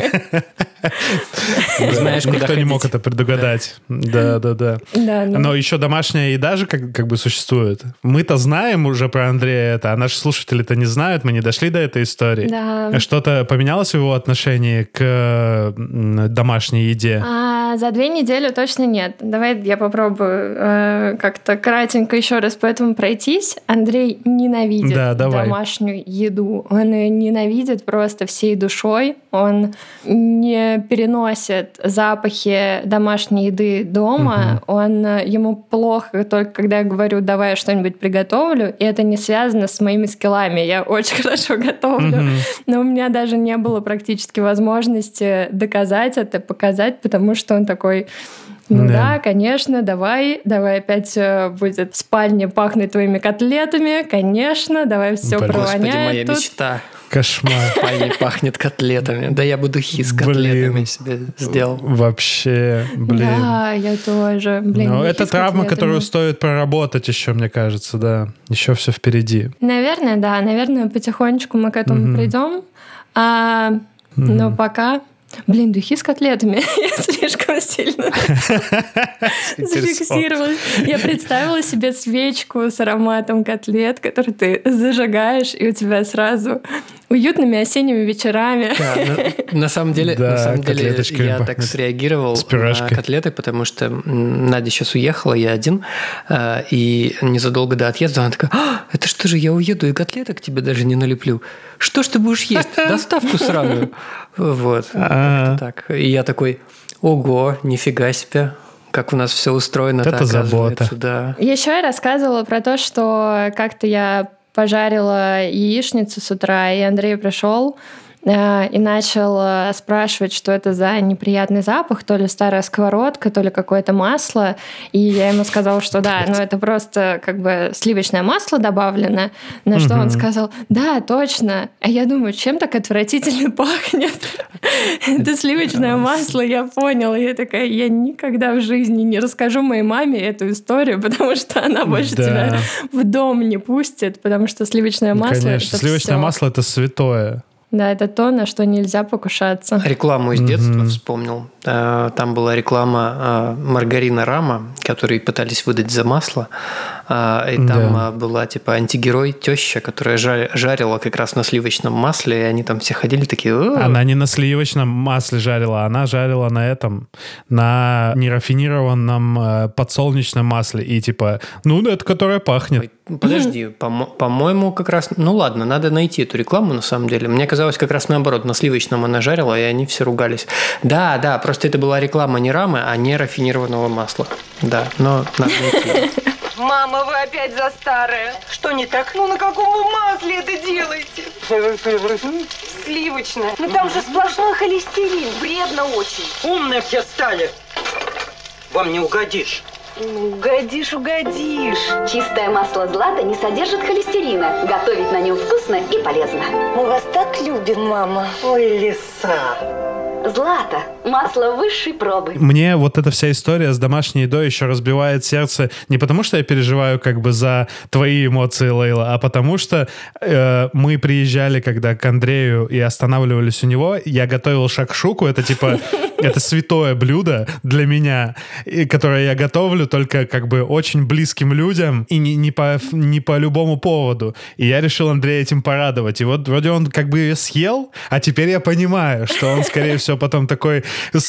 Знаешь, никто не мог это предугадать. Да. Но еще домашняя еда же как бы существует. Мы-то знаем уже про Андрея это, а наши слушатели-то не знают, мы не дошли до этой истории. Да. Что-то поменялось в его отношении к домашней еде? За 2 недели точно нет. Давай я попробую как-то кратенько еще раз по этому пройтись. Андрей ненавидит домашнюю еду. Он ее ненавидит просто всей душой. Он не переносит запахи домашней еды дома. Ему плохо только когда я говорю, давай я что-нибудь приготовлю, и это не связано с моими скиллами. Я очень хорошо готовлю, но у меня даже не было практически возможности доказать это, показать, потому что он такой... да, конечно, давай опять будет в спальне пахнуть твоими котлетами, конечно, давай все провоняет. Господи, моя тут. мечта. Кошмар. В спальне пахнет котлетами. Да я бы духи с котлетами себе сделал. Вообще, блин. Да, я тоже. Ну, это травма, которую стоит проработать еще, мне кажется, да. Еще все впереди. Наверное, да. Наверное, потихонечку мы к этому придем. Но пока... Блин, духи с котлетами. Я слишком сильно зафиксировалась. Я представила себе свечку с ароматом котлет, который ты зажигаешь, и у тебя сразу уютными осенними вечерами. На самом деле я так среагировал на котлеты, потому что Надя сейчас уехала, я один, и незадолго до отъезда она такая: это что же, я уеду и котлеток тебе даже не налеплю? Что ж ты будешь есть? Доставку сраную. Вот. Так. И я такой: ого, нифига себе, как у нас все устроено. Это забота. Да. Еще я рассказывала про то, что как-то я пожарила яичницу с утра, и Андрей пришел и начал спрашивать, что это за неприятный запах, то ли старая сковородка, то ли какое-то масло. И я ему сказала, что да, ну это просто как бы сливочное масло добавлено. На что он сказал: да, точно. А я думаю, чем так отвратительно пахнет? Это сливочное масло, я поняла. Я такая: я никогда в жизни не расскажу моей маме эту историю, потому что она больше тебя в дом не пустит, потому что сливочное масло... Конечно, сливочное масло — это святое. Да, это то, на что нельзя покушаться. Рекламу из детства вспомнил. Там была реклама маргарина Рама, который пытались выдать за масло. И там была типа антигерой, теща, которая жарила как раз на сливочном масле, и они там все ходили такие... Она не на сливочном масле жарила, она жарила на этом, на нерафинированном подсолнечном масле. И типа, ну, это которое пахнет. Подожди, по-моему, как раз... Ну ладно, надо найти эту рекламу, на самом деле. Мне казалось, как раз наоборот, на сливочном она жарила, и они все ругались. Да, просто это была реклама не Рамы, а не рафинированного масла. Да, но надо найти. Мама, вы опять за старое. Что не так? Ну, на каком вы масле это делаете? Сливочное. Ну, там же сплошной холестерин. Вредно очень. Умные все стали. Вам не угодишь. Угодишь. Чистое масло Злата не содержит холестерина. Готовить на нем вкусно и полезно. Мы вас так любим, мама. Ой, лиса. Злата. Масло высшей пробы. Мне вот эта вся история с домашней едой еще разбивает сердце не потому, что я переживаю как бы за твои эмоции, Лейла, а потому что мы приезжали когда к Андрею и останавливались у него, я готовил шакшуку, это типа... Это святое блюдо для меня, которое я готовлю только как бы очень близким людям и не по любому поводу. И я решил Андрея этим порадовать. И вот вроде он как бы съел, а теперь я понимаю, что он, скорее всего, потом такой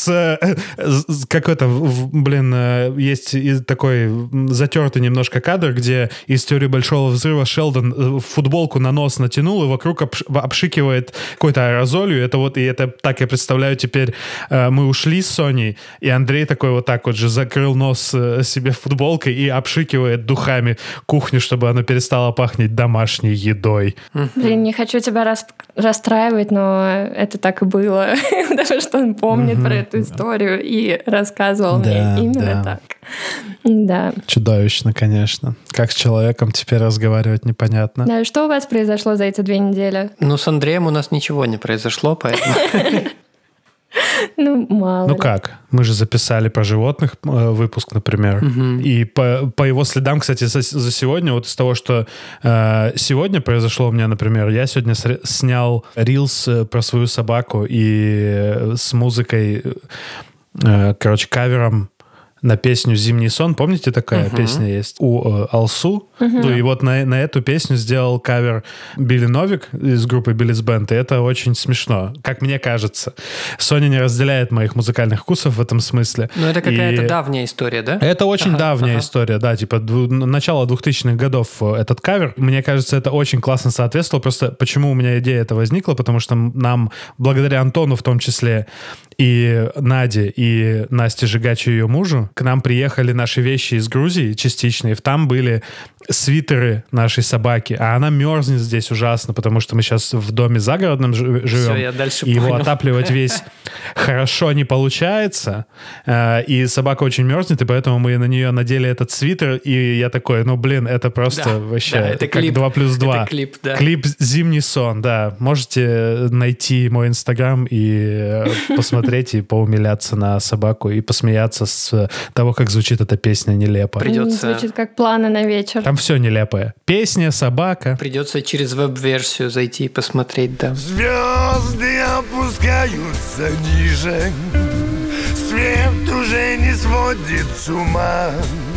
есть такой затертый немножко кадр, где из «Теории большого взрыва» Шелдон футболку на нос натянул и вокруг обшикивает какой-то аэрозолью. Это так я представляю теперь. Мы ушли с Соней, и Андрей такой вот так вот же закрыл нос себе футболкой и обшикивает духами кухню, чтобы она перестала пахнуть домашней едой. Блин, не хочу тебя расстраивать, но это так и было, потому что он помнит про эту историю и рассказывал мне именно так. Да. Чудовищно, конечно. Как с человеком теперь разговаривать, непонятно. Да, что у вас произошло за эти 2 недели? Ну, с Андреем у нас ничего не произошло, поэтому... Ну, мало ли. Как? Мы же записали про животных выпуск, например. И по его следам, кстати, за сегодня, вот из того, что сегодня произошло у меня, например, я сегодня снял рилс про свою собаку и с музыкой, кавером на песню «Зимний сон». Помните, такая песня есть у Алсу? Ну, и вот на эту песню сделал кавер Билли Новик из группы Billy's Band, и это очень смешно, как мне кажется. Соня не разделяет моих музыкальных вкусов в этом смысле. Но это какая-то давняя история, да? Это очень давняя история, да, типа начало 2000-х годов этот кавер. Мне кажется, это очень классно соответствовало. Просто почему у меня идея эта возникла? Потому что нам, благодаря Антону в том числе, и Наде, и Насте Жигачи, ее мужу, к нам приехали наши вещи из Грузии частично, и там были свитеры нашей собаки, а она мерзнет здесь ужасно, потому что мы сейчас в доме загородном живем. Все, я дальше и понял. его отапливать весь хорошо не получается, и собака очень мерзнет, и поэтому мы на нее надели этот свитер, и я такой, это просто вообще это как клип, 2+2. Это клип, да. Клип «Зимний сон», да. Можете найти мой инстаграм и посмотреть, и поумиляться на собаку, и посмеяться с того, как звучит эта песня нелепо. Звучит как планы на вечер. Там все нелепое. Песня, собака. Придется через веб-версию зайти и посмотреть, да. Звезды опускаются ниже, свет уже не сводит с ума.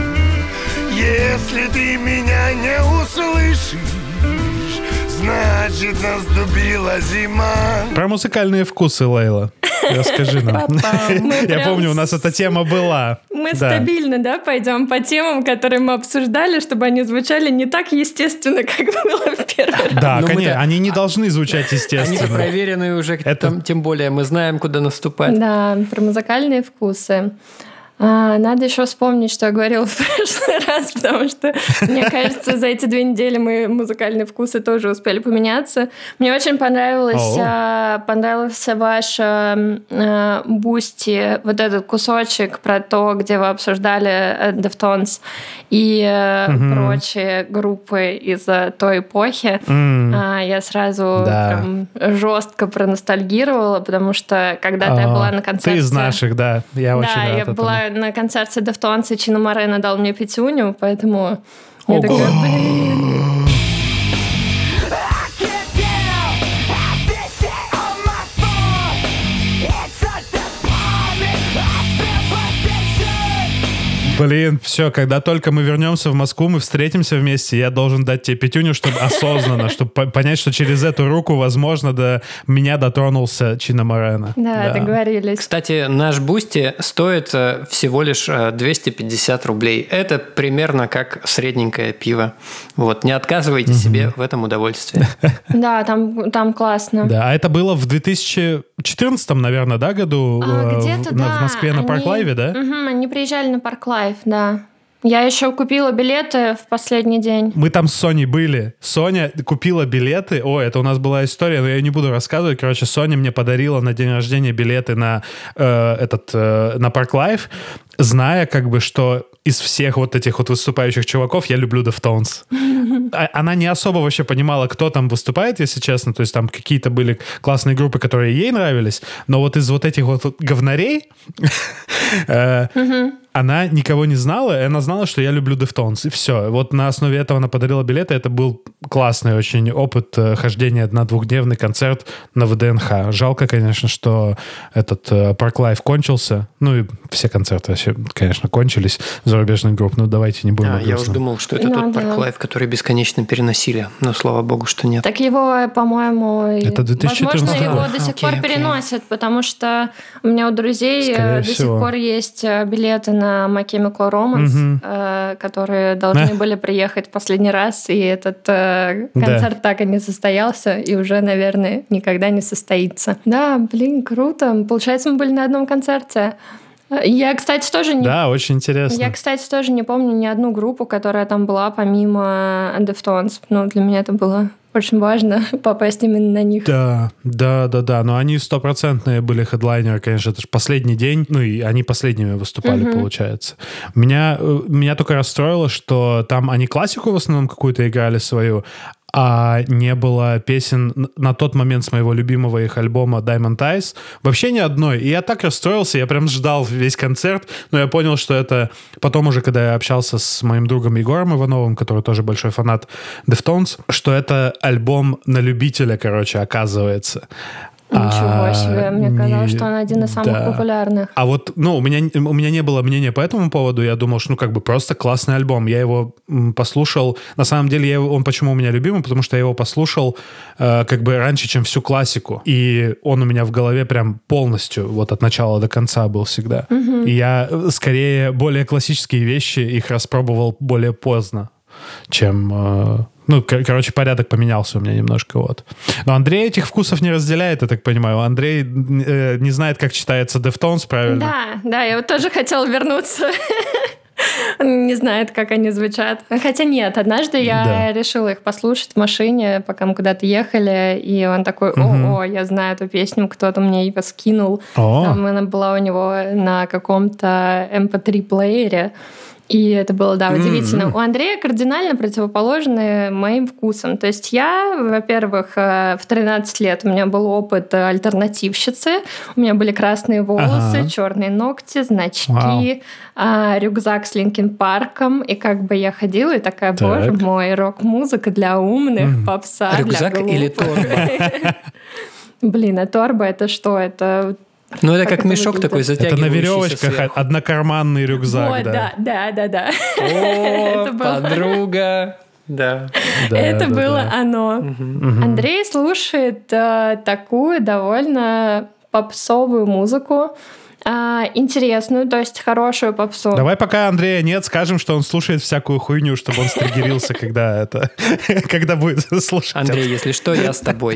Если ты меня не услышишь, значит наступила зима. Про музыкальные вкусы, Лейла. Расскажи нам. Я помню, у нас эта тема была. Мы стабильно, пойдем по темам, которые мы обсуждали, чтобы они звучали не так естественно, как было в первый раз. Да, конечно, они не должны звучать естественно. Они проверенные уже, тем более мы знаем, куда наступать. Да, про музыкальные вкусы. Надо еще вспомнить, что я говорила в прошлый раз, потому что, мне кажется, за эти 2 недели мы музыкальные вкусы тоже успели поменяться. Мне очень понравился ваш Бусти, вот этот кусочек про то, где вы обсуждали Deftones и прочие группы из той эпохи. Я сразу прям жестко проностальгировала, потому что когда-то я была на концерте... Ты из наших, да. Я очень рад я этому. была на концерте Deftones, и Чино Морено дал мне пятюню, поэтому я такая, блин. Блин, все, когда только мы вернемся в Москву, мы встретимся вместе, я должен дать тебе пятюню, чтобы осознанно, чтобы понять, что через эту руку, возможно, до меня дотронулся Чино Морено. Да, договорились. Кстати, наш Бусти стоит всего лишь 250 рублей. Это примерно как средненькое пиво. Вот, не отказывайте себе в этом удовольствии. Да, там классно. Да, а это было в 2014, наверное, да, году где-то, в Москве на Парк-Лайве, да? Они приезжали на Парк-Лайв, да. Я еще купила билеты в последний день. Мы там с Соней были. Соня купила билеты. Ой, это у нас была история, но я не буду рассказывать. Короче, Соня мне подарила на день рождения билеты на Парк-Лайв, зная как бы, что из всех вот этих вот выступающих чуваков я люблю Deftones. Она не особо вообще понимала, кто там выступает, если честно. То есть там какие-то были классные группы, которые ей нравились. Но вот из вот этих вот говнарей она никого не знала, и она знала, что я люблю Deftones. И все. Вот на основе этого она подарила билеты. Это был классный очень опыт хождения на 2-дневный концерт на ВДНХ. Жалко, конечно, что этот Park Life кончился. Ну и все концерты вообще, конечно, кончились зарубежных групп. Ну давайте не будем. Я уже думал, что это тот Park Life, который бесконечно переносили. Но слава богу, что нет. Так его, по-моему, это 2014 возможно, его до сих пор переносят, потому что у меня у друзей до сих пор есть билеты на My Chemical Romance, которые должны были приехать в последний раз, и этот концерт так и не состоялся, и уже, наверное, никогда не состоится. Да, блин, круто. Получается, мы были на одном концерте. Я, кстати, тоже не... Да, очень интересно. Я, кстати, тоже не помню ни одну группу, которая там была, помимо Deftones. Ну, для меня это было очень важно попасть именно на них. Да. Но они 100% были хедлайнеры, конечно. Это же последний день. Ну, и они последними выступали, получается. Меня только расстроило, что там они классику в основном какую-то играли свою, а не было песен на тот момент с моего любимого их альбома Diamond Eyes. Вообще ни одной. И я так расстроился, я прям ждал весь концерт, но я понял, что это... Потом уже, когда я общался с моим другом Егором Ивановым, который тоже большой фанат Deftones, что это альбом на любителя, короче, оказывается. Ничего себе, мне казалось, что он один из самых популярных. А вот, у меня не было мнения по этому поводу, я думал, что, просто классный альбом. Я его послушал, на самом деле, он почему у меня любимый, потому что я его послушал раньше, чем всю классику. И он у меня в голове прям полностью, вот от начала до конца был всегда. И я, скорее, более классические вещи, их распробовал более поздно, чем... порядок поменялся у меня немножко, вот. Но Андрей этих вкусов не разделяет, я так понимаю. Андрей не знает, как читается Deftones, правильно? Да, я вот тоже хотела вернуться. Он не знает, как они звучат. Хотя нет, однажды я решила их послушать в машине, пока мы куда-то ехали, и он такой: я знаю эту песню, кто-то мне ее скинул. Там она была у него на каком-то MP3-плеере. И это было, удивительно. У Андрея кардинально противоположны моим вкусам. То есть я, во-первых, в 13 лет у меня был опыт альтернативщицы. У меня были красные волосы, черные ногти, значки, рюкзак с Линкин Парком. И я ходила и такая: боже мой, рок-музыка для умных, попса рюкзак для глупых. Или торба? Блин, а торба это что? Это... это как мешок такой затягивающийся. Это на веревочках однокарманный рюкзак. Вот, да. О, подруга. Да. Это было оно. Андрей слушает такую довольно попсовую музыку. Интересную, то есть хорошую попсу. Давай, пока Андрея нет, скажем, что он слушает всякую хуйню, чтобы он стригерился, когда будет слушать. Андрей, если что, я с тобой.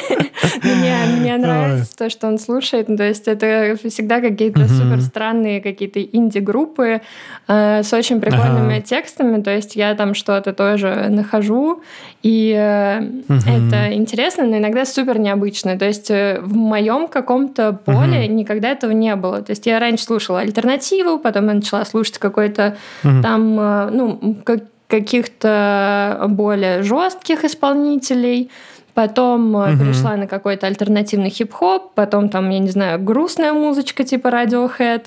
Мне нравится то, что он слушает. То есть это всегда какие-то супер странные какие-то инди-группы с очень прикольными текстами. То есть я там что-то тоже нахожу, и это интересно, но иногда супер необычно. То есть в моем каком-то поле никогда этого не было. То есть я раньше слушала альтернативу, потом я начала слушать какой-то там, каких-то более жестких исполнителей. Потом перешла на какой-то альтернативный хип-хоп, потом там, я не знаю, грустная музычка типа Radiohead.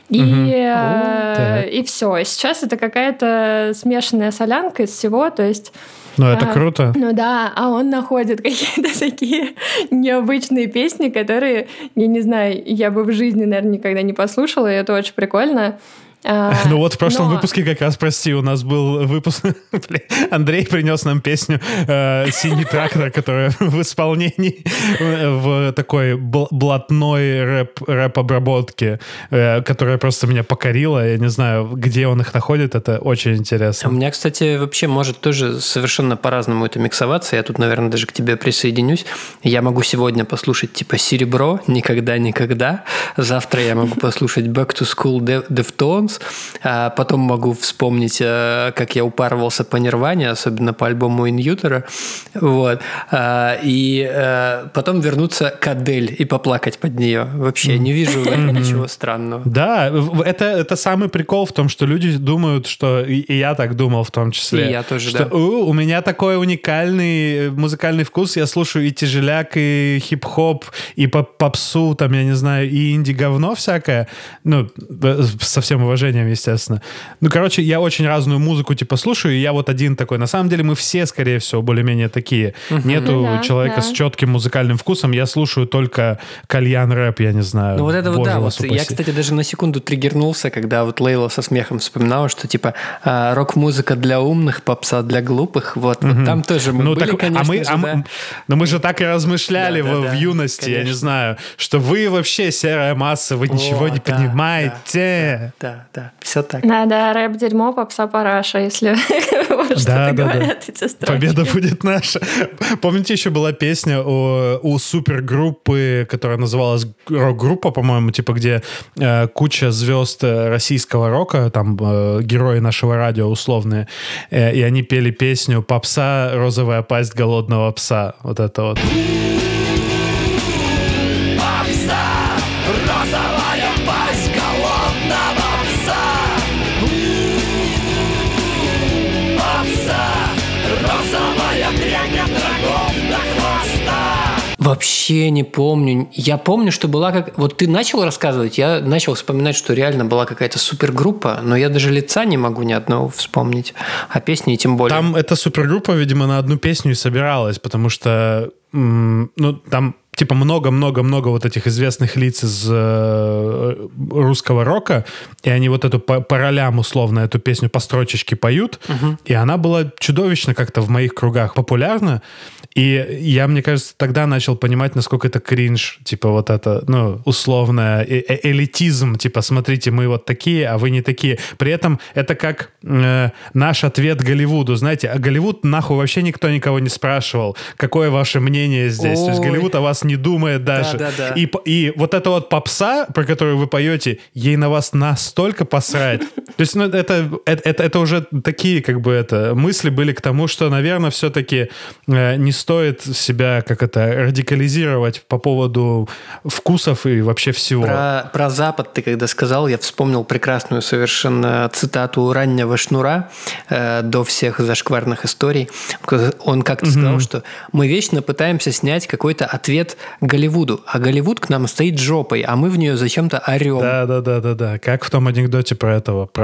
И все. Сейчас это какая-то смешанная солянка из всего, то есть... это круто. А он находит какие-то такие необычные песни, которые, я не знаю, я бы в жизни, наверное, никогда не послушала, и это очень прикольно. В прошлом выпуске как раз, прости, у нас был выпуск... Андрей принес нам песню «Синий трактор», которая в исполнении в такой блатной рэп-обработке, которая просто меня покорила. Я не знаю, где он их находит, это очень интересно. У меня, кстати, вообще может тоже совершенно по-разному это миксоваться. Я тут, наверное, даже к тебе присоединюсь. Я могу сегодня послушать типа «Серебро», «Никогда-никогда». Завтра я могу послушать «Back to School Deftones». Beatles, а потом могу вспомнить, как я упарывался по Нирване, особенно по альбому In Utero, вот, и потом вернуться к Адель и поплакать под нее. Вообще не вижу в этом ничего странного. Да, это самый прикол в том, что люди думают, что... И я так думал в том числе. И я тоже, что, да. У меня такой уникальный музыкальный вкус, я слушаю и тяжеляк, и хип-хоп, и попсу, там, я не знаю, и инди-говно всякое. Ну, со всем уважением, естественно. Ну, короче, я очень разную музыку, типа, слушаю, и я вот один такой. На самом деле мы все, скорее всего, более-менее такие. Нету человека с четким музыкальным вкусом. Я слушаю только кальян-рэп, я не знаю. Ну, вот это вот, Боже да. вас Вот упаси. я, кстати, даже на секунду триггернулся, когда вот Лейла со смехом вспоминала, что, типа, рок-музыка для умных, попса для глупых. Вот там тоже мы были, конечно но мы же так и размышляли в юности, конечно. я не знаю, что вы вообще серая масса, вы ничего не понимаете. Да, все так. Да, рэп-дерьмо, попса параша, если что-то говорят эти строчки. Победа будет наша. Помните, еще была песня у супергруппы, которая называлась рок-группа, по-моему, типа, где куча звезд российского рока, там герои нашего радио условные, и они пели песню «Попса, розовая пасть голодного пса». Вот это вот. Попса, розовая пасть голодного пса. Попса, розовая дрянь от рогов до хвоста. Вообще не помню. Я помню, что была как... Вот ты начал рассказывать, я начал вспоминать, что реально была какая-то супергруппа, но я даже лица не могу ни одного вспомнить, а песни тем более. Там эта супергруппа, видимо, на одну песню и собиралась, потому что там типа много-много-много вот этих известных лиц из русского рока, и они вот эту по ролям условно эту песню по строчечке поют, и она была чудовищно как-то в моих кругах популярна, и я, мне кажется, тогда начал понимать, насколько это кринж, типа вот это, ну, условно, элитизм, типа, смотрите, мы вот такие, а вы не такие. При этом это как наш ответ Голливуду, знаете, а Голливуд нахуй вообще никто никого не спрашивал, какое ваше мнение здесь. То есть Голливуд о вас не думает даже. Да. И вот эта вот попса, про которую вы поете, ей на вас настолько посрать. То есть, ну, это уже такие, как бы, мысли были к тому, что, наверное, все-таки не стоит себя, радикализировать по поводу вкусов и вообще всего. Про Запад ты когда сказал, я вспомнил прекрасную совершенно цитату раннего Шнура до всех зашкварных историй. Он как-то сказал, что мы вечно пытаемся снять какой-то ответ Голливуду, а Голливуд к нам стоит жопой, а мы в нее зачем-то орем. Да. Как в том анекдоте про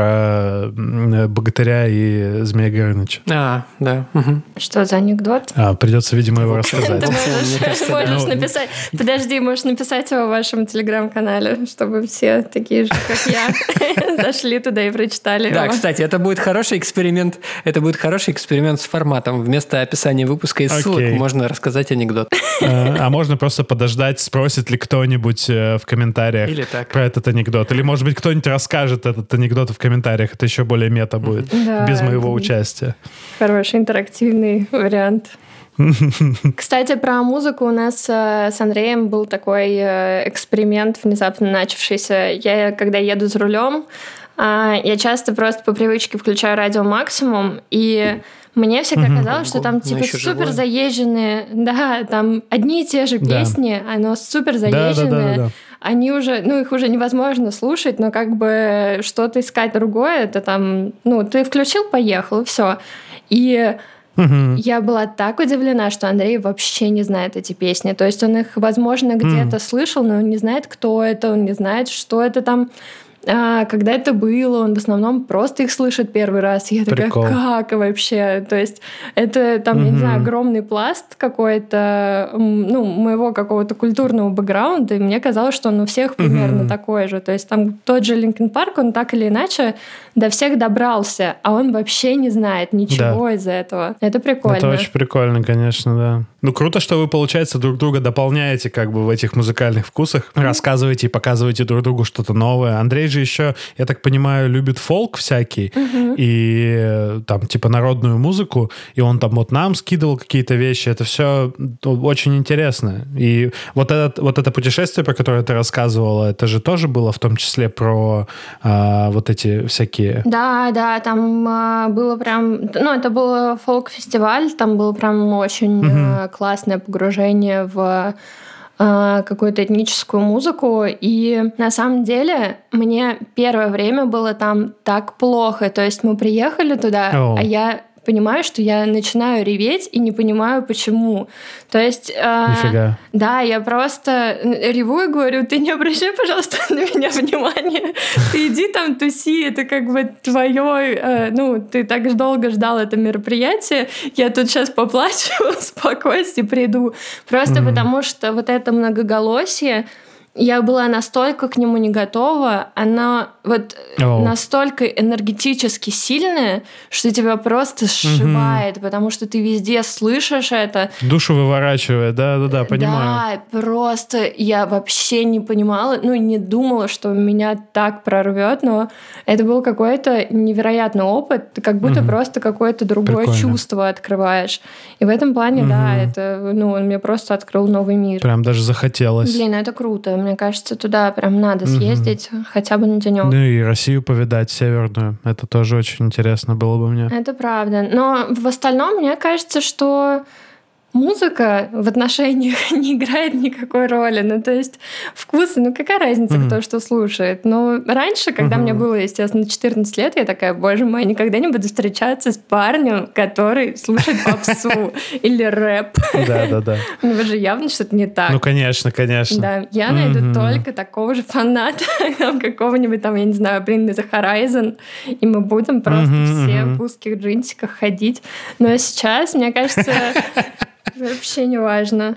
богатыря и Змея Горыныча. Да. Что за анекдот? Придется, видимо, его рассказать. Ты можешь написать... Подожди, можешь написать его в вашем телеграм-канале, чтобы все такие же, как я, зашли туда и прочитали его. Да, кстати, это будет хороший эксперимент. Это будет хороший эксперимент с форматом. Вместо описания выпуска и ссылок можно рассказать анекдот. А можно просто подождать, спросит ли кто-нибудь в комментариях про этот анекдот. Или, может быть, кто-нибудь расскажет этот анекдот в комментариях. Это еще более мета будет. Без моего участия. Хороший интерактивный вариант. Кстати, про музыку у нас с Андреем был такой эксперимент, внезапно начавшийся. Я, когда еду за рулем, я часто просто по привычке включаю радио максимум, и мне всегда казалось, что там типа супер заезженные, да, там одни и те же песни, оно супер заезженное. Да. Они уже, их уже невозможно слушать, но как бы что-то искать другое, это там, ты включил, поехал, и все. И я была так удивлена, что Андрей вообще не знает эти песни. То есть он их, возможно, где-то слышал, но он не знает, кто это, он не знает, что это там, когда это было. Он в основном просто их слышит первый раз. Я такая, как вообще? То есть это там, я не знаю, огромный пласт какой-то, моего какого-то культурного бэкграунда, и мне казалось, что он у всех примерно такой же. То есть там тот же Линкин Парк, он так или иначе до всех добрался, а он вообще не знает ничего из этого. Это прикольно. Это очень прикольно, конечно, да. Ну, круто, что вы, получается, друг друга дополняете как бы в этих музыкальных вкусах, рассказываете и показываете друг другу что-то новое. Андрей же еще, я так понимаю, любит фолк всякий и там типа народную музыку, и он там вот нам скидывал какие-то вещи. Это все очень интересно. И вот это путешествие, про которое ты рассказывала, это же тоже было в том числе про вот эти всякие... Да, там было прям... Ну, это был фолк-фестиваль, там было прям очень классное погружение в какую-то этническую музыку. И на самом деле мне первое время было там так плохо. То есть мы приехали туда, а я понимаю, что я начинаю реветь и не понимаю, почему. То есть... Нифига. Да, я просто реву и говорю, ты не обращай, пожалуйста, на меня внимания. Ты иди там туси, это как бы твое... ну, ты так долго ждал это мероприятие, я тут сейчас поплачу, успокойся и приду. Просто потому что вот это многоголосие, я была настолько к нему не готова, она вот настолько энергетически сильная, что тебя просто сшибает, потому что ты везде слышишь это. Душу выворачивает, да, понимаю. Да, просто я вообще не понимала, ну, не думала, что меня так прорвет, но это был какой-то невероятный опыт, ты как будто просто какое-то другое чувство открываешь. И в этом плане, да, это, ну, он мне просто открыл новый мир. Прям даже захотелось. Блин, это круто. Мне кажется, туда прям надо съездить хотя бы на денек. Ну и Россию повидать, северную. Это тоже очень интересно было бы мне. Это правда. Но в остальном, мне кажется, что музыка в отношениях не играет никакой роли. Ну, то есть вкусы, ну какая разница, кто что слушает? Ну, раньше, когда мне было, естественно, 14 лет, я такая, боже мой, никогда не буду встречаться с парнем, который слушает попсу или рэп. Да. Ну, же явно что-то не так. Ну, конечно. Да, я найду только такого же фаната, какого-нибудь там, я не знаю, Bring Me The Horizon, и мы будем просто все в узких джинсиках ходить. Но сейчас, мне кажется... Вообще не важно.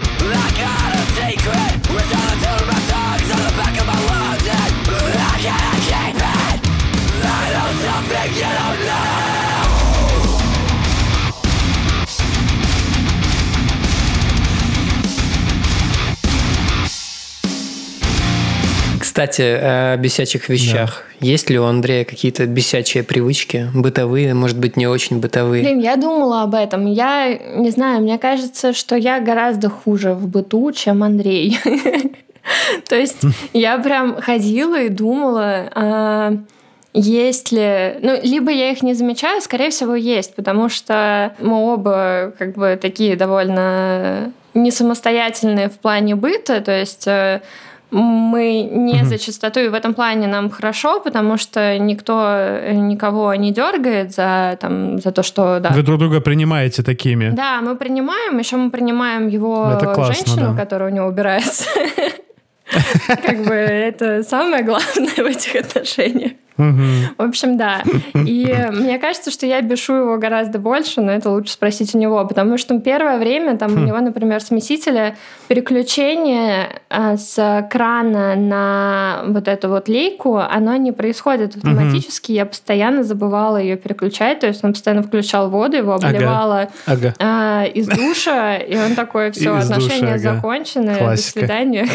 Кстати, о бесячих вещах. Да. Есть ли у Андрея какие-то бесячие привычки? Бытовые, может быть, не очень бытовые? Блин, я думала об этом. Я не знаю, мне кажется, что я гораздо хуже в быту, чем Андрей. То есть я прям ходила и думала... Есть ли... Ну, либо я их не замечаю, скорее всего, есть, потому что мы оба как бы такие довольно не самостоятельные в плане быта, то есть... Мы не за чистоту, и в этом плане нам хорошо, потому что никто никого не дергает за то, что... Да. Вы друг друга принимаете такими. Да, мы принимаем, еще мы принимаем его женщину, которая у него убирается. Как бы это самое главное в этих отношениях. В общем, да. И мне кажется, что я бешу его гораздо больше, но это лучше спросить у него, потому что первое время там у него, например, смесителя переключение с крана на вот эту вот лейку, оно не происходит автоматически. Я постоянно забывала ее переключать, то есть он постоянно включал воду, его обливало из душа, и он такой, все, отношения закончены, до свидания.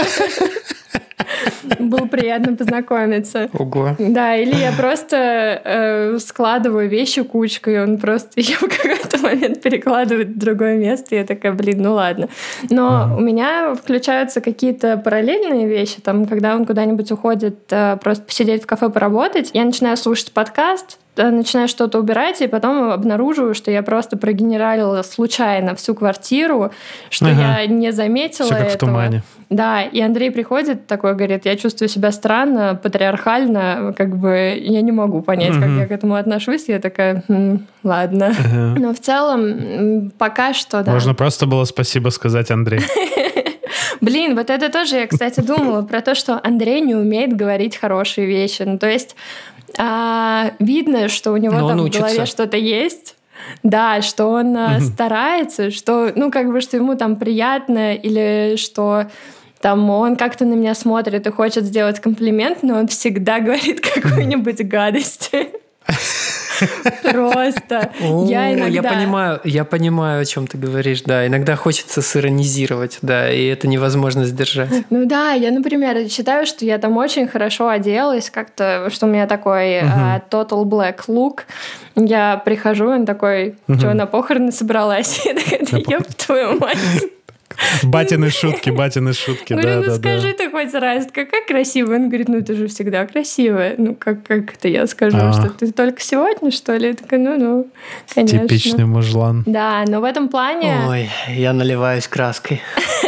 Было приятно познакомиться. Ого. Да, или я просто складываю вещи кучкой, и он просто ее в какой-то момент перекладывает в другое место, и я такая, блин, ну ладно. Но у меня включаются какие-то параллельные вещи, там, когда он куда-нибудь уходит просто посидеть в кафе, поработать, я начинаю слушать подкаст, начинаю что-то убирать, и потом обнаруживаю, что я просто прогенералила случайно всю квартиру, что я не заметила всё как этого. В тумане. Да, и Андрей приходит такой, говорит, я чувствую себя странно, патриархально, как бы я не могу понять, как я к этому отношусь. Я такая, ладно. Но в целом пока что, да. Можно просто было спасибо сказать Андрею. Блин, вот это тоже я, кстати, думала про то, что Андрей не умеет говорить хорошие вещи. Ну, то есть видно, что у него там в голове что-то есть. Да, что он старается, что, ну, как бы, что ему там приятно, или что там он как-то на меня смотрит и хочет сделать комплимент, но он всегда говорит какую-нибудь гадость. Просто. Я понимаю, о чем ты говоришь, да. Иногда хочется сиронизировать, да, и это невозможно сдержать. Ну да, я, например, считаю, что я там очень хорошо оделась, как-то, что у меня такой total black look. Я прихожу, он такой, что, на похороны собралась? Я такая, ёб твою мать. Батины шутки, Говорю, ну скажи ты хоть раз, какая красивая. Он говорит, ну ты же всегда красивая. Ну как это я скажу, что ты только сегодня, что ли? Я такая, ну, конечно. Типичный мужлан. Да, но в этом плане... Ой, я наливаюсь краской.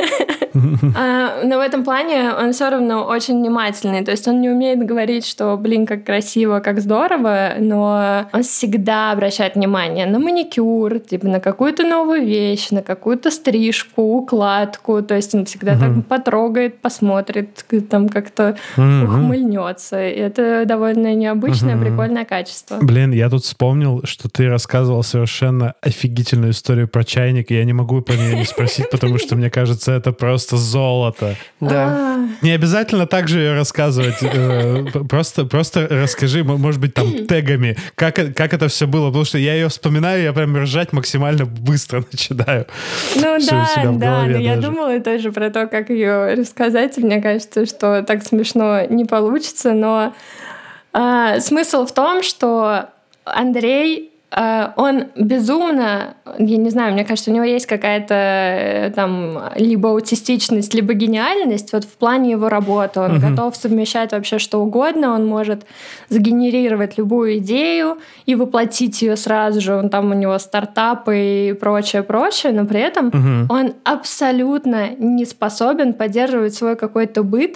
Но в этом плане он все равно очень внимательный. То есть он не умеет говорить, что, блин, как красиво, как здорово, но он всегда обращает внимание на маникюр, типа на какую-то новую вещь, на какую-то стрижку, укладку. То есть он всегда так потрогает, посмотрит, там как-то ухмыльнется. И это довольно необычное, прикольное качество. Блин, я тут вспомнил, что ты рассказывал совершенно офигительную историю про чайник, и я не могу про нее не спросить, потому что, мне кажется, это просто золото. Да. Не обязательно так же ее рассказывать. Просто расскажи, может быть, там тегами, как это все было. Потому что я ее вспоминаю, я прям ржать максимально быстро начинаю. Ну да, но я думала тоже про то, как ее рассказать. Мне кажется, что так смешно не получится. Но смысл в том, что Андрей... он безумно, я не знаю, мне кажется, у него есть какая-то там либо аутистичность, либо гениальность вот в плане его работы. Он готов совмещать вообще что угодно, он может сгенерировать любую идею и воплотить ее сразу же. У него стартапы и прочее, но при этом он абсолютно не способен поддерживать свой какой-то быт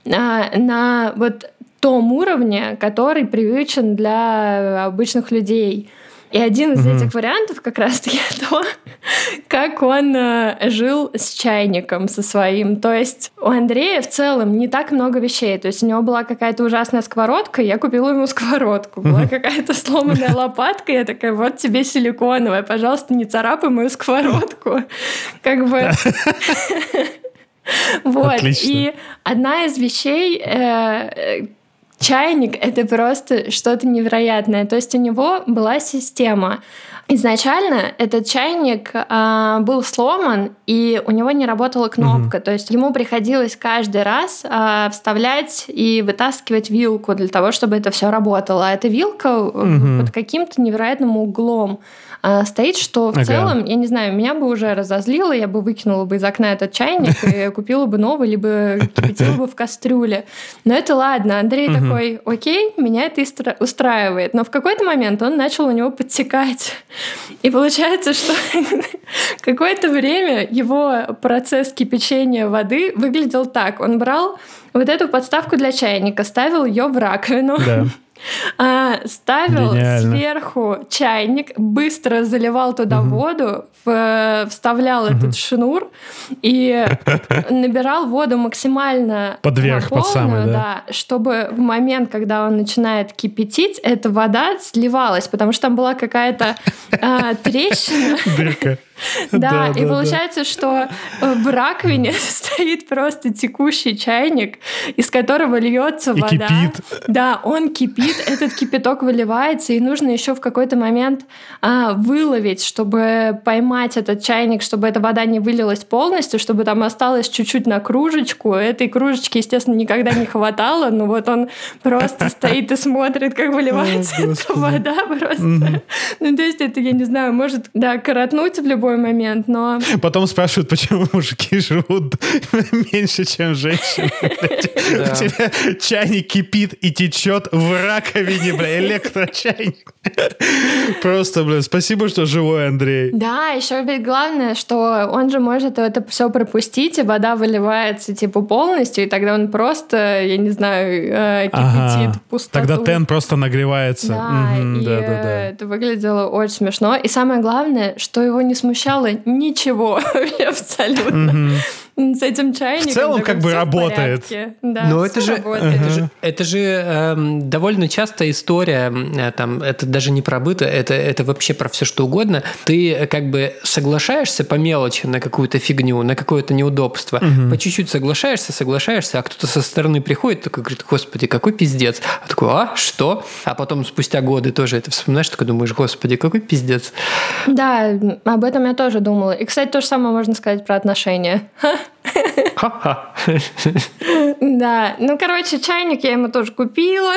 на вот том уровне, который привычен для обычных людей. И один из этих вариантов как раз-таки то, как он жил с чайником со своим. То есть у Андрея в целом не так много вещей. То есть у него была какая-то ужасная сковородка, я купила ему сковородку. Была какая-то сломанная лопатка, я такая, вот тебе силиконовая, пожалуйста, не царапай мою сковородку. Как бы... Вот. Отлично. И одна из вещей... Чайник — это просто что-то невероятное. То есть у него была система. Изначально этот чайник был сломан, и у него не работала кнопка. То есть ему приходилось каждый раз вставлять и вытаскивать вилку для того, чтобы это все работало. А эта вилка под каким-то невероятным углом стоит, что в целом, я не знаю, меня бы уже разозлило, я бы выкинула бы из окна этот чайник и купила бы новый, либо кипятила бы в кастрюле. Но это ладно. Андрей такой, окей, меня это устраивает. Но в какой-то момент он начал у него подтекать. И получается, что какое-то время его процесс кипячения воды выглядел так. Он брал вот эту подставку для чайника, ставил ее в раковину, ставил сверху чайник, быстро заливал туда воду, вставлял этот шнур и набирал воду максимально под верх, под самый, да, чтобы в момент, когда он начинает кипятить, эта вода сливалась, потому что там была какая-то трещина. Дырка. Да, и получается, что в раковине стоит просто текущий чайник, из которого льется вода. И кипит. Да, он кипит, этот кипяток выливается, и нужно еще в какой-то момент выловить, чтобы поймать этот чайник, чтобы эта вода не вылилась полностью, чтобы там осталось чуть-чуть на кружечку. Этой кружечки, естественно, никогда не хватало, но вот он просто стоит и смотрит, как выливается эта вода просто. Ну, то есть это, я не знаю, может, да, коротнуть в любой момент, но... Потом спрашивают, почему мужики живут меньше, чем женщины. У тебя чайник кипит и течет в раковине, бля, электрочайник. Просто, бля, спасибо, что живой, Андрей. Да, еще ведь главное, что он же может это все пропустить, и вода выливается типа полностью, и тогда он просто, я не знаю, кипятит пустоту. Тогда тен просто нагревается. Да, и это выглядело очень смешно. И самое главное, что его не смущало ничего абсолютно. с этим чайником. В целом как бы работает. Да, но это же довольно частая история, там, это даже не про быт, это вообще про все что угодно. Ты как бы соглашаешься по мелочи на какую-то фигню, на какое-то неудобство, по чуть-чуть соглашаешься, а кто-то со стороны приходит, такой говорит: господи, какой пиздец. А такой: а, что? А потом спустя годы тоже это вспоминаешь, такой думаешь: господи, какой пиздец. Да, об этом я тоже думала. И, кстати, то же самое можно сказать про отношения. Ха-ха. Да, ну, короче, чайник я ему тоже купила.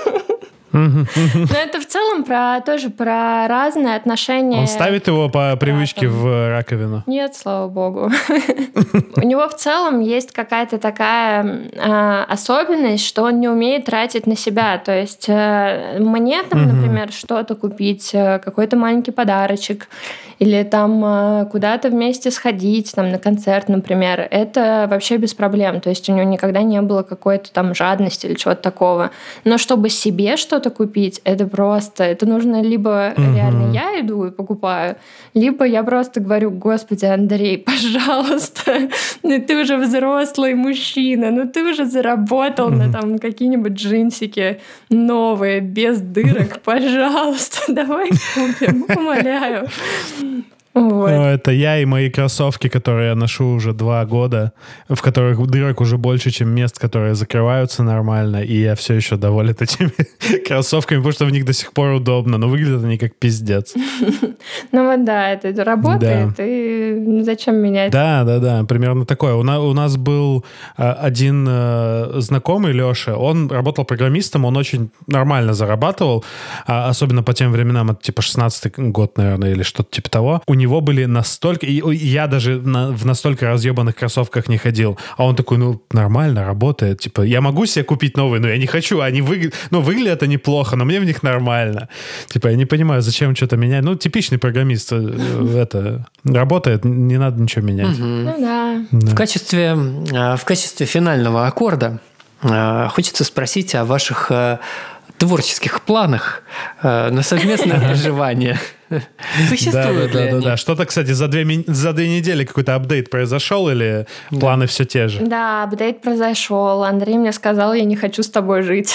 Но это в целом тоже про разные отношения. Он ставит его по привычке в раковину? Нет, слава богу. У него в целом есть какая-то такая особенность, что он не умеет тратить на себя. То есть мне там, например, что-то купить, какой-то маленький подарочек, или там куда-то вместе сходить, там на концерт, например, это вообще без проблем. То есть у него никогда не было какой-то там жадности или чего-то такого. Но чтобы себе что-то купить, это нужно либо реально я иду и покупаю, либо я просто говорю: господи, Андрей, пожалуйста, ты уже взрослый мужчина, ты уже заработал на там какие-нибудь джинсики новые, без дырок, пожалуйста, давай купим, умоляю. Вот. Это я и мои кроссовки, которые я ношу уже 2 года, в которых дырок уже больше, чем мест, которые закрываются нормально, и я все еще доволен этими кроссовками, потому что в них до сих пор удобно, но выглядят они как пиздец. Ну вот да, это работает, и зачем менять? Да, примерно такое. У нас был один знакомый, Леша, он работал программистом, он очень нормально зарабатывал, особенно по тем временам, это типа 16-й год, наверное, или что-то типа того. У него были настолько... Я даже в настолько разъебанных кроссовках не ходил. А он такой: нормально, работает. Типа, я могу себе купить новые, но я не хочу. Они выглядят они плохо, но мне в них нормально. Типа, я не понимаю, зачем что-то менять. Типичный программист. Это работает, не надо ничего менять. Ну да. В качестве финального аккорда хочется спросить о ваших творческих планах на совместное проживание. Существует ли они? Да. Что-то, кстати, за 2 недели какой-то апдейт произошел, или планы все те же? Да, апдейт произошел. Андрей мне сказал: я не хочу с тобой жить.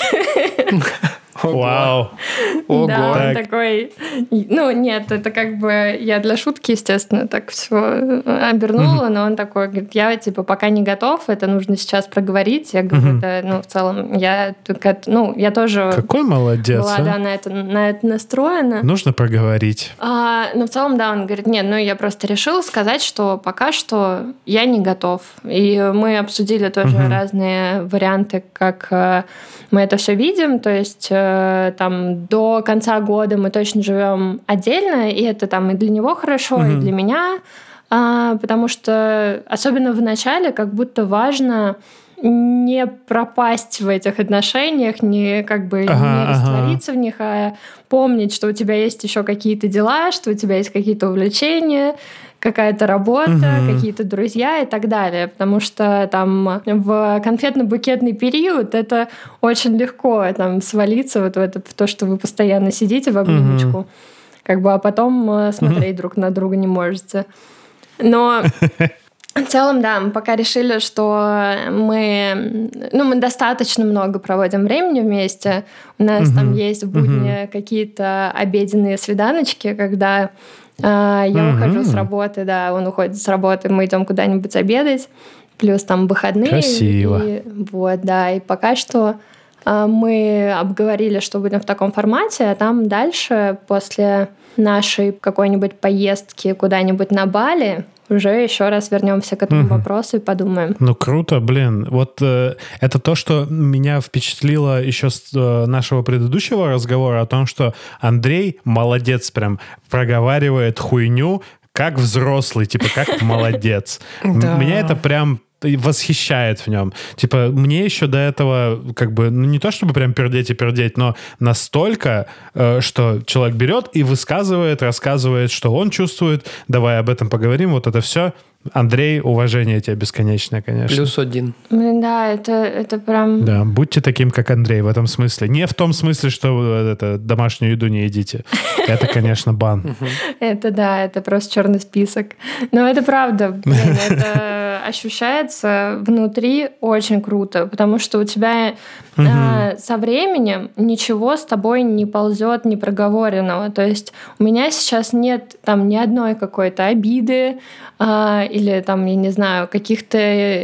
Вау. Ого. Да, он такой... нет, это как бы я для шутки, естественно, так все обернула, но он такой говорит: я пока не готов, это нужно сейчас проговорить. Я говорю: это, в целом, я тоже... Какой молодец, была, да, на это настроена. Нужно проговорить. Но в целом, да, он говорит: нет, я просто решила сказать, что пока что я не готов. И мы обсудили тоже разные варианты, как мы это все видим, то есть там до конца года мы точно живем отдельно, и это там и для него хорошо, и для меня, потому что особенно в начале как будто важно не пропасть в этих отношениях, не раствориться в них, а помнить, что у тебя есть еще какие-то дела, что у тебя есть какие-то увлечения, какая-то работа, какие-то друзья и так далее. Потому что там в конфетно-букетный период это очень легко там свалиться в то, что вы постоянно сидите в обнимочку, а потом смотреть друг на друга не можете. Но в целом, да, мы пока решили, что мы достаточно много проводим времени вместе. У нас там есть в будни какие-то обеденные свиданочки, когда я ухожу с работы, да, он уходит с работы, мы идем куда-нибудь обедать, плюс там выходные. Красиво. И пока что мы обговорили, что будем в таком формате, а там дальше, после нашей какой-нибудь поездки куда-нибудь на Бали, уже еще раз вернемся к этому вопросу и подумаем. Круто, блин. Вот это то, что меня впечатлило еще с нашего предыдущего разговора о том, что Андрей молодец, прям проговаривает хуйню как взрослый, как молодец. Меня это прям восхищает в нем. Мне еще до этого не то чтобы прям пердеть, но настолько, что человек берет и высказывает, рассказывает, что он чувствует. Давай об этом поговорим. Вот это все. Андрей, уважение тебе бесконечное, конечно. +1. Да, это прям... Да, будьте таким, как Андрей, в этом смысле. Не в том смысле, что домашнюю еду не едите. Это, конечно, бан. Это да, это просто черный список. Но это правда. ощущается внутри очень круто, потому что у тебя со временем ничего с тобой не ползет непроговоренного. То есть у меня сейчас нет там ни одной какой-то обиды или там, я не знаю, каких-то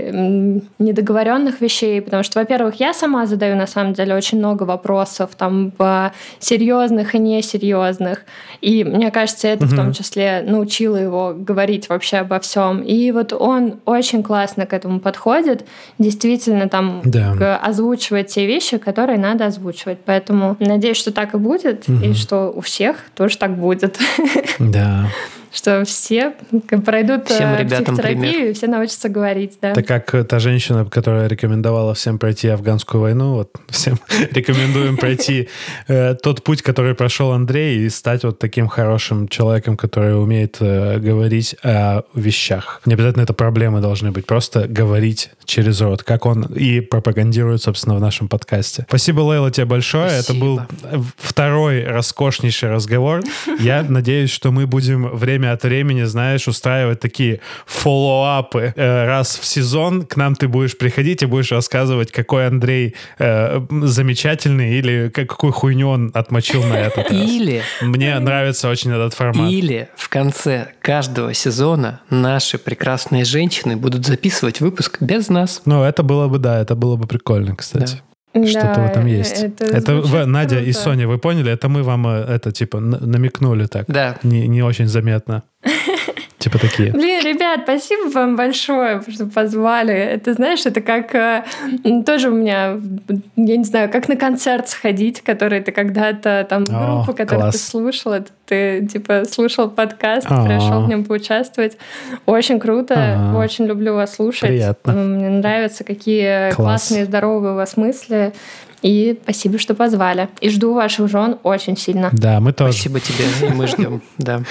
недоговоренных вещей, потому что, во-первых, я сама задаю на самом деле очень много вопросов, там, серьезных и несерьезных. И мне кажется, это в том числе научило его говорить вообще обо всем. И вот он очень классно к этому подходит, действительно там озвучивает те вещи, которые надо озвучивать. Поэтому надеюсь, что так и будет, и что у всех тоже так будет. Да. Что все пройдут психотерапию и все научатся говорить. Да. Это как та женщина, которая рекомендовала всем пройти афганскую войну. Вот всем рекомендуем пройти тот путь, который прошел Андрей, и стать вот таким хорошим человеком, который умеет говорить о вещах. Не обязательно это проблемы должны быть, просто говорить через рот, как он и пропагандирует, собственно, в нашем подкасте. Спасибо, Лейла, тебе большое. Спасибо. Это был второй роскошнейший разговор. Я надеюсь, что мы будем время от времени, знаешь, устраивать такие фоллоуапы. Раз в сезон к нам ты будешь приходить и будешь рассказывать, какой Андрей замечательный или какую хуйню он отмочил на этот раз. Или... Мне нравится очень этот формат. Или в конце каждого сезона наши прекрасные женщины будут записывать выпуск без нас. Ну, это было бы, да, это было бы прикольно, кстати. Да. Что-то в этом есть. Это Надя круто. и Соня, вы поняли? Это мы вам это типа намекнули так. Да. Не очень заметно. Типа такие. Блин, ребят, спасибо вам большое, что позвали. Это, знаешь, это как тоже у меня, я не знаю, как на концерт сходить, который ты когда-то там группу, которую ты слушал, ты типа слушал подкаст, пришел в нем поучаствовать. Очень круто, очень люблю вас слушать. Приятно. Мне нравится, какие классные, здоровые у вас мысли. И спасибо, что позвали. И жду ваших жен очень сильно. Да, мы тоже. Спасибо тебе, и мы ждем. Да.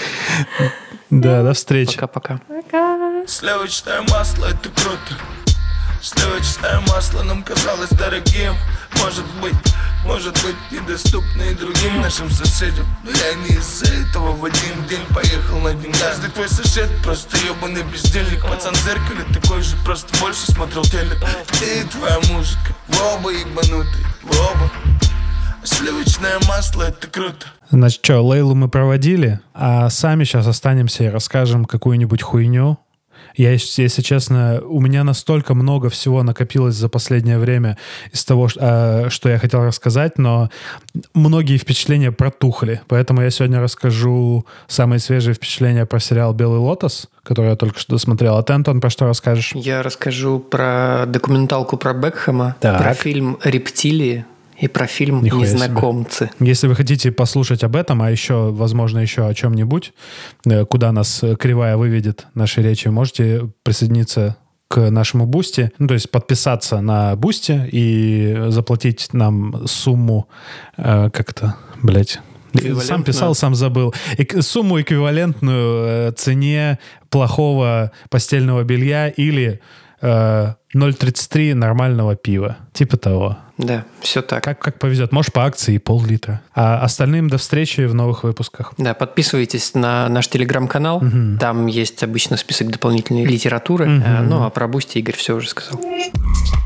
Да, до встречи. Пока-пока. Пока. Сливочное масло, это круто. Сливочное масло нам казалось дорогим. Может быть недоступно и другим нашим соседям. Но я не из-за этого в один день поехал на деньгах. Каждый твой сосед просто ебаный бездельник. Пацан в зеркале такой же, просто больше смотрел телек. Ты и твоя музыка, вы оба ебанутые, вы оба. Сливочное масло, это круто. Значит, что, Лейлу мы проводили, а сами сейчас останемся и расскажем какую-нибудь хуйню. Я, если честно, у меня настолько много всего накопилось за последнее время из того, что я хотел рассказать, но многие впечатления протухли. Поэтому я сегодня расскажу самые свежие впечатления про сериал «Белый лотос», который я только что досмотрел. А ты, Антон, про что расскажешь? Я расскажу про документалку про Бекхэма, про фильм «Рептилии» и про фильм «Незнакомцы». Если вы хотите послушать об этом, а еще, возможно, еще о чем-нибудь, куда нас кривая выведет наши речи, можете присоединиться к нашему Бусти, ну, то есть подписаться на Бусти и заплатить нам сумму, как это, блядь... Сам писал, сам забыл. Сумму, эквивалентную цене плохого постельного белья или 0,33 нормального пива. Типа того. Да, все так. Как повезет. Может, по акции и пол-литра. А остальным до встречи в новых выпусках. Да, подписывайтесь на наш телеграм-канал. Там есть обычно список дополнительной литературы. Ну, а про Бусти Игорь все уже сказал.